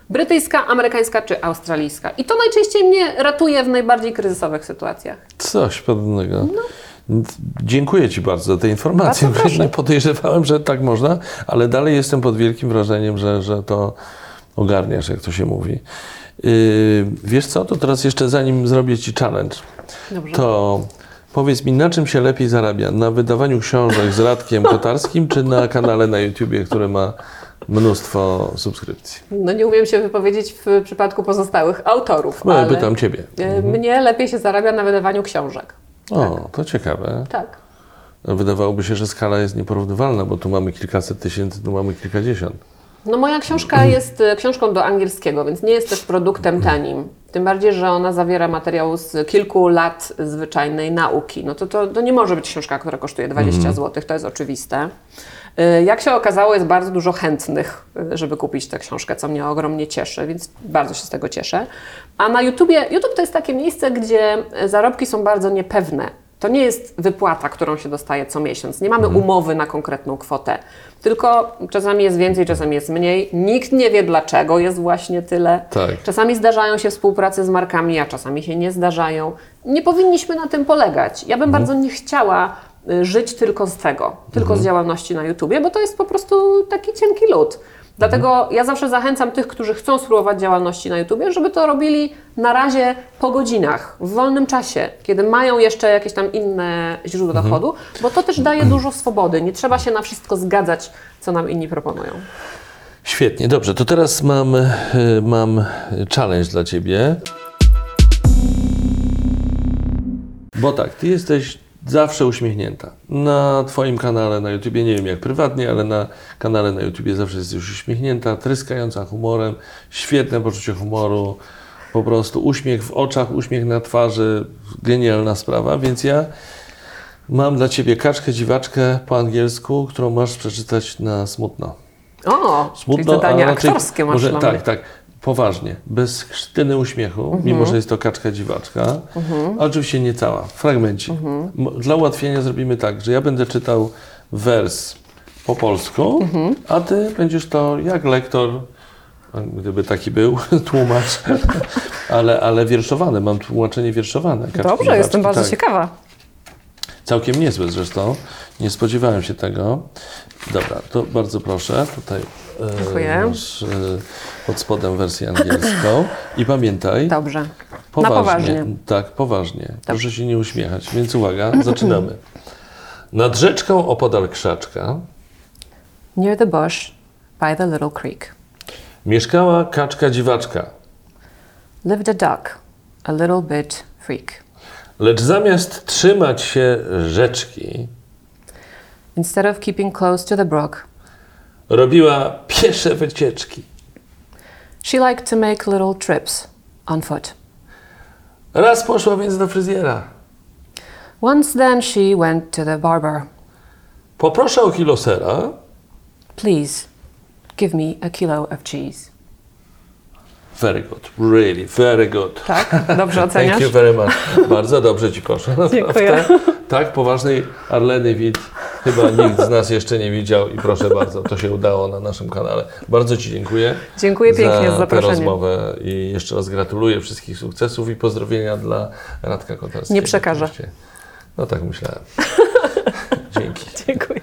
Brytyjska, amerykańska czy australijska. I to najczęściej mnie ratuje w najbardziej kryzysowych sytuacjach. Coś podobnego. Dziękuję Ci bardzo za te informacje. Bardzo proszę. Nie podejrzewałem, że tak można, ale dalej jestem pod wielkim wrażeniem, że to ogarniasz, jak to się mówi. Wiesz co, to teraz jeszcze zanim zrobię Ci challenge, Dobrze. to powiedz mi, na czym się lepiej zarabia? Na wydawaniu książek z Radkiem Kotarskim, czy na kanale na YouTubie, który ma mnóstwo subskrypcji? No nie umiem się wypowiedzieć w przypadku pozostałych autorów, No, ale pytam Ciebie. mnie lepiej się zarabia na wydawaniu książek. O, to ciekawe. Tak. Wydawałoby się, że skala jest nieporównywalna, bo tu mamy kilkaset tysięcy, tu mamy kilkadziesiąt. No moja książka jest książką do angielskiego, więc nie jest też produktem tanim. Tym bardziej, że ona zawiera materiał z kilku lat zwyczajnej nauki. No to nie może być książka, która kosztuje 20 zł, to jest oczywiste. Jak się okazało, jest bardzo dużo chętnych, żeby kupić tę książkę, co mnie ogromnie cieszy, więc bardzo się z tego cieszę. A na YouTubie, YouTube to jest takie miejsce, gdzie zarobki są bardzo niepewne. To nie jest wypłata, którą się dostaje co miesiąc. Nie mamy umowy na konkretną kwotę. Tylko czasami jest więcej, czasami jest mniej. Nikt nie wie, dlaczego jest właśnie tyle. Tak. Czasami zdarzają się współprace z markami, a czasami się nie zdarzają. Nie powinniśmy na tym polegać. Ja bym bardzo nie chciała żyć tylko z tego, tylko z działalności na YouTubie, bo to jest po prostu taki cienki lód. Dlatego ja zawsze zachęcam tych, którzy chcą spróbować działalności na YouTubie, żeby to robili na razie po godzinach, w wolnym czasie, kiedy mają jeszcze jakieś tam inne źródła dochodu, bo to też daje dużo swobody. Nie trzeba się na wszystko zgadzać, co nam inni proponują. Świetnie, dobrze, to teraz mam challenge dla Ciebie. Bo tak, Ty jesteś zawsze uśmiechnięta. Na Twoim kanale na YouTubie, nie wiem jak prywatnie, ale na kanale na YouTubie zawsze jesteś uśmiechnięta, tryskająca humorem, świetne poczucie humoru, po prostu uśmiech w oczach, uśmiech na twarzy, genialna sprawa, więc ja mam dla Ciebie kaczkę dziwaczkę po angielsku, którą masz przeczytać na smutno. O, czyli zadania aktorskie masz dla mnie. Tak, poważnie, bez sztyny uśmiechu, mimo że jest to kaczka dziwaczka, a oczywiście nie cała, fragmencik. Dla ułatwienia zrobimy tak, że ja będę czytał wers po polsku, a Ty będziesz to jak lektor, gdyby taki był, tłumacz, ale wierszowane, mam tłumaczenie wierszowane. Dobrze, jestem bardzo ciekawa. Całkiem niezłe zresztą, nie spodziewałem się tego. Dobra, to bardzo proszę, tutaj Dziękuję. masz pod spodem wersję angielską i pamiętaj, Dobrze. poważnie, Na poważnie. tak, poważnie, proszę się nie uśmiechać, więc uwaga, zaczynamy. Nad rzeczką opodal krzaczka Near the bush, by the little creek, mieszkała kaczka dziwaczka, lived a duck, a little bit freak. lecz zamiast trzymać się rzeczki, Instead of keeping close to the brook, robiła piesze wycieczki. she liked to make little trips on foot. Raz poszła więc do fryzjera. Once then she went to the barber. Poproszę o kilo sera. Please, give me a kilo of cheese. Very good, really, very good. Tak? Dobrze oceniasz? Thank you very much. Bardzo dobrze Ci poszło. Naprawdę. Dziękuję. Tak, poważnej Arleny Witt chyba nikt z nas jeszcze nie widział i proszę bardzo, to się udało na naszym kanale. Bardzo Ci dziękuję. Dziękuję pięknie za tę zaproszenie. rozmowę i jeszcze raz gratuluję wszystkich sukcesów i pozdrowienia dla Radka Kotarskiego. Nie przekażę. No tak myślałem. Dzięki. Dziękuję.